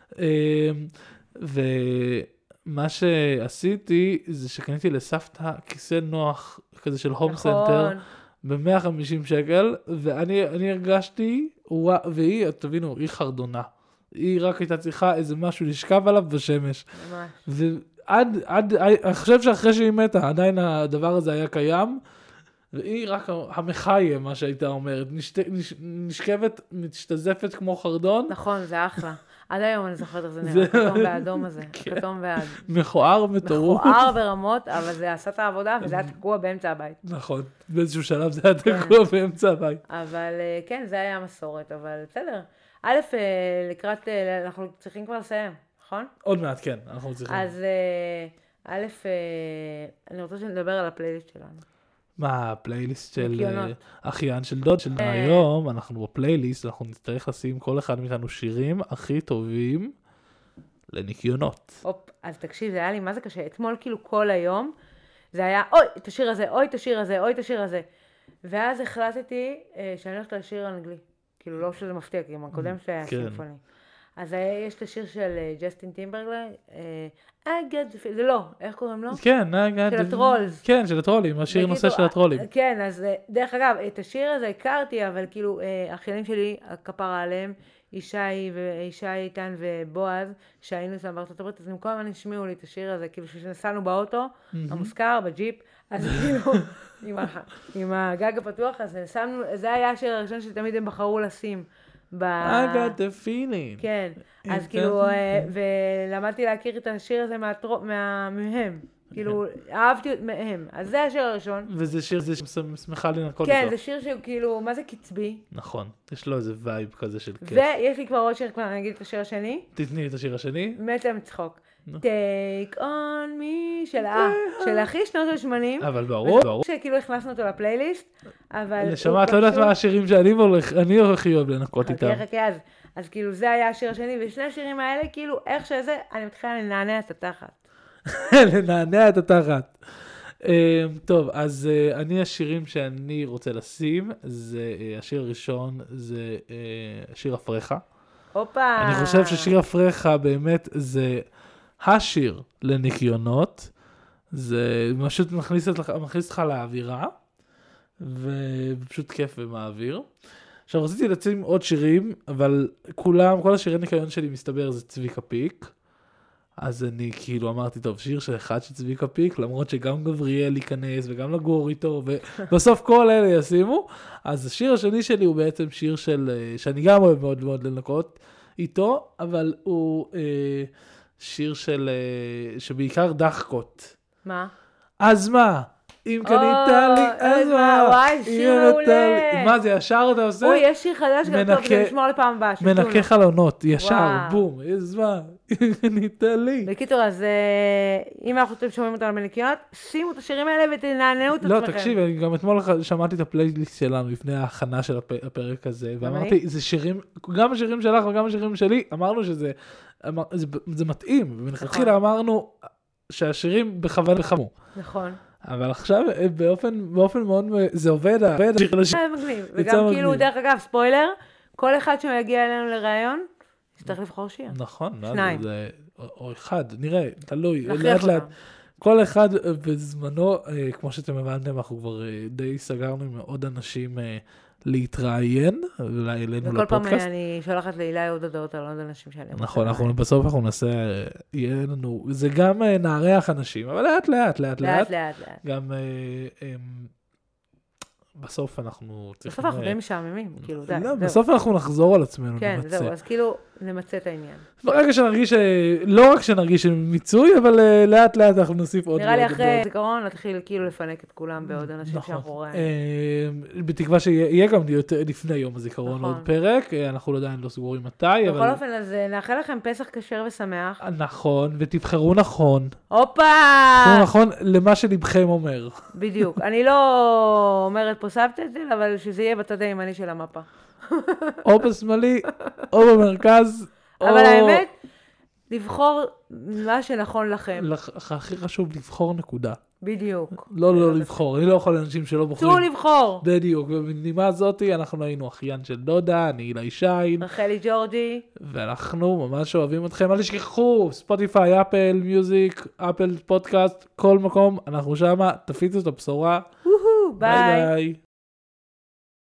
ומה שעשיתי, זה שקניתי לסבתא כיסא נוח, כזה של הום סנטר, ב-מאה וחמישים שקל, ואני הרגשתי, והיא, תבינו, היא חרדונה. היא רק הייתה צריכה איזה משהו לשכב עליו בשמש. ממש. ועד, עד, אני חושב שאחרי שהיא מתה, עדיין הדבר הזה היה קיים, והיא רק המחיה, מה שהייתה אומרת, נשת, נש, נשכבת, משתזפת כמו חרדון. נכון, זה אחלה. עד היום אני זוכרת איך זה נראה, כתום באדום הזה, כתום באד. מכוער וטרוף. מכוער ברמות, אבל זה עשה את העבודה, וזה היה תקוע באמצע הבית. נכון, באיזשהו שלב זה היה תקוע באמצע הבית. אבל כן, זה היה מסורת, אבל בסדר. א', לקראת, אנחנו צריכים כבר לסיים, נכון? עוד מעט, כן, אנחנו צריכים. אז א', אני רוצה שנדבר על הפלייליסט שלנו. מה, הפלייליסט של אחיין של דוד שלנו היום, אנחנו בפלייליסט, אנחנו נצטרך לשים כל אחד מאיתנו שירים הכי טובים לניקיונות. אופ, אז תקשיב, זה היה לי, מה זה קשה? אתמול כאילו כל היום, זה היה, אוי, את השיר הזה, אוי, את השיר הזה, אוי, את השיר הזה. ואז החלטתי שאני הולכת לשיר אנגלי. כאילו, לא שזה מפתיע, כי עם הקודם שלי היה סימפוני. אז יש את השיר של ג'סטין טימברלייק, I got the feeling, זה לא, איך קוראים לו? כן, של הטרולס. כן, של הטרולים, השיר נושא של הטרולים. כן, אז דרך אגב, את השיר הזה הכרתי, אבל כאילו, האחיינים שלי, הכפרה עליהם, ישי וישי איתן ובועז, שהיינו שם בארצות הברית, אז הם כל הזמן השמיעו לי את השיר הזה, כאילו שנסענו באוטו, המושכר, בג'יפ, אז כאילו, עם, ה, עם הגג הפתוח, אז שמנו, זה היה השיר הראשון שתמיד הם בחרו לשים. ב... I got the feeling. כן, אז כאילו, ולמדתי להכיר את השיר הזה מה, מהם. כאילו, אהבתי מהם. אז זה השיר הראשון. וזה שיר, זה שמחה לנקות אותו. כן, זה שיר שכאילו, מה זה קצבי? נכון, יש לו איזה וייב כזה של כיף. ויש לי כבר עוד שיר, כבר נגיד את השיר השני. תתני את השיר השני. מתה מצחוק. Take on me של אה, של הכי שנות ה-שמונים. אבל ברור, ברור. שכאילו הכנסנו אותו לפלייליסט, אבל... נשמה, את לא יודעת מה השירים שאני הולך, אני הולך אוהב לנקות איתם. חכה, חכה, אז, אז כאילו זה היה השיר השני, ושני השירים האלה, כאילו, איך שזה, אני מתחילה לנענע את התחת. לנענע את התחת. טוב, אז אני השירים שאני רוצה לשים, זה השיר הראשון, זה שיר אפריך. הופה. אני חושב ששיר אפריך באמת זה השיר לניקיונות, זה פשוט מכניס אותך לאווירה, ופשוט כיף ומעביר. עכשיו רציתי לשים עוד שירים, אבל כולם, כל השירי ניקיון שלי מסתבר זה צביקה פיק, אז אני כאילו אמרתי, טוב, שיר של אחד של צביקה פיק, למרות שגם גבריאל ייכנס וגם לגור איתו, ובסוף כל אלה ישימו. אז השיר השני שלי הוא בעצם שיר של, שאני גם אוהב מאוד מאוד לנקות איתו, אבל הוא אה, שיר של, אה, שבעיקר דחקות. מה? אז מה? אם קנית לי, אז מה? וואי, שיר מעולה. מה זה, ישר אתה עושה? אוי, יש שיר חדש גם טוב, זה לשמור לפעם הבאה. מנקה חלונות, ישר, בום, אז מה? אם קנית לי. בקיצור, אז אם אנחנו שומעים אותנו בניקיונות, שימו את השירים האלה ותנענעו את עצמכם. לא, תקשיב, אני גם אתמול שמעתי את הפלייליסט שלנו לפני ההכנה של הפרק הזה, ואמרתי, זה שירים, גם השירים שלך וגם השירים שלי, אמרנו שזה מתאים, ומלכתחילה אמרנו שהשירים בכוונה חמו. נכון. אבל עכשיו באופן, באופן מאוד, זה עובד, עובד. זה מגניב, וגם כאילו, דרך אגב, ספוילר, כל אחד שמגיע אלינו לראיון, צריך לבחור שיר. נכון. שניים. או אחד, נראה, תלוי, לאט לאט. כל אחד בזמנו, כמו שאתם הבנתם, אנחנו כבר די סגרנו עם עוד אנשים להתראיין, ואולי אלינו לפודקאסט. וכל פעם אני שולחת להילה עוד הודעות על עוד אנשים שעליהם. נכון, אנחנו בסוף אנחנו נעשה, יהיה לנו, זה גם נערך אנשים, אבל לאט לאט, לאט לאט. לאט לאט לאט. גם בסוף אנחנו צריכים... בסוף אנחנו די משעממים, כאילו, די. לא, בסוף אנחנו נחזור על עצמנו, כן, זהו, אז כאילו, נמצא את העניין. ברגע שנרגיש, לא רק שנרגיש מיצוי, אבל לאט לאט אנחנו נוסיף עוד... נראה לי אחרי זיכרון, נתחיל כאילו לפנק את כולם בעוד אנשים שאנחנו רואים. בתקווה שיהיה גם לפני יום הזיכרון עוד פרק, אנחנו עדיין לא סגורים מתי, אבל... בכל אופן, אז נאחל לכם פסח כשר ושמח. נכון, ותבחרו נכון. הופה! תבחרו נכון למה שלבכם אומר. בדיוק. אני לא אומרת פה סאבטייטל, אבל שזה יהיה בצד הימני של המפה. או בשמאלי, או במרכז, או... אבל האמת, לבחור מה שנכון לכם. הכי חשוב לבחור נקודה. בדיוק. לא, לא לבחור. אני לא יכול לאנשים שלא בוחרים. צאו לבחור. בדיוק. ובנימה הזאת, אנחנו היינו אחיין של דודה, אני אילי שיין. רחלי ג'ורג'י. ואנחנו ממש אוהבים אתכם. אל תשכחו, ספוטיפיי, אפל, מיוזיק, אפל פודקאסט, כל מקום. אנחנו שמה, תפיצו את הבשורה. ביי ביי.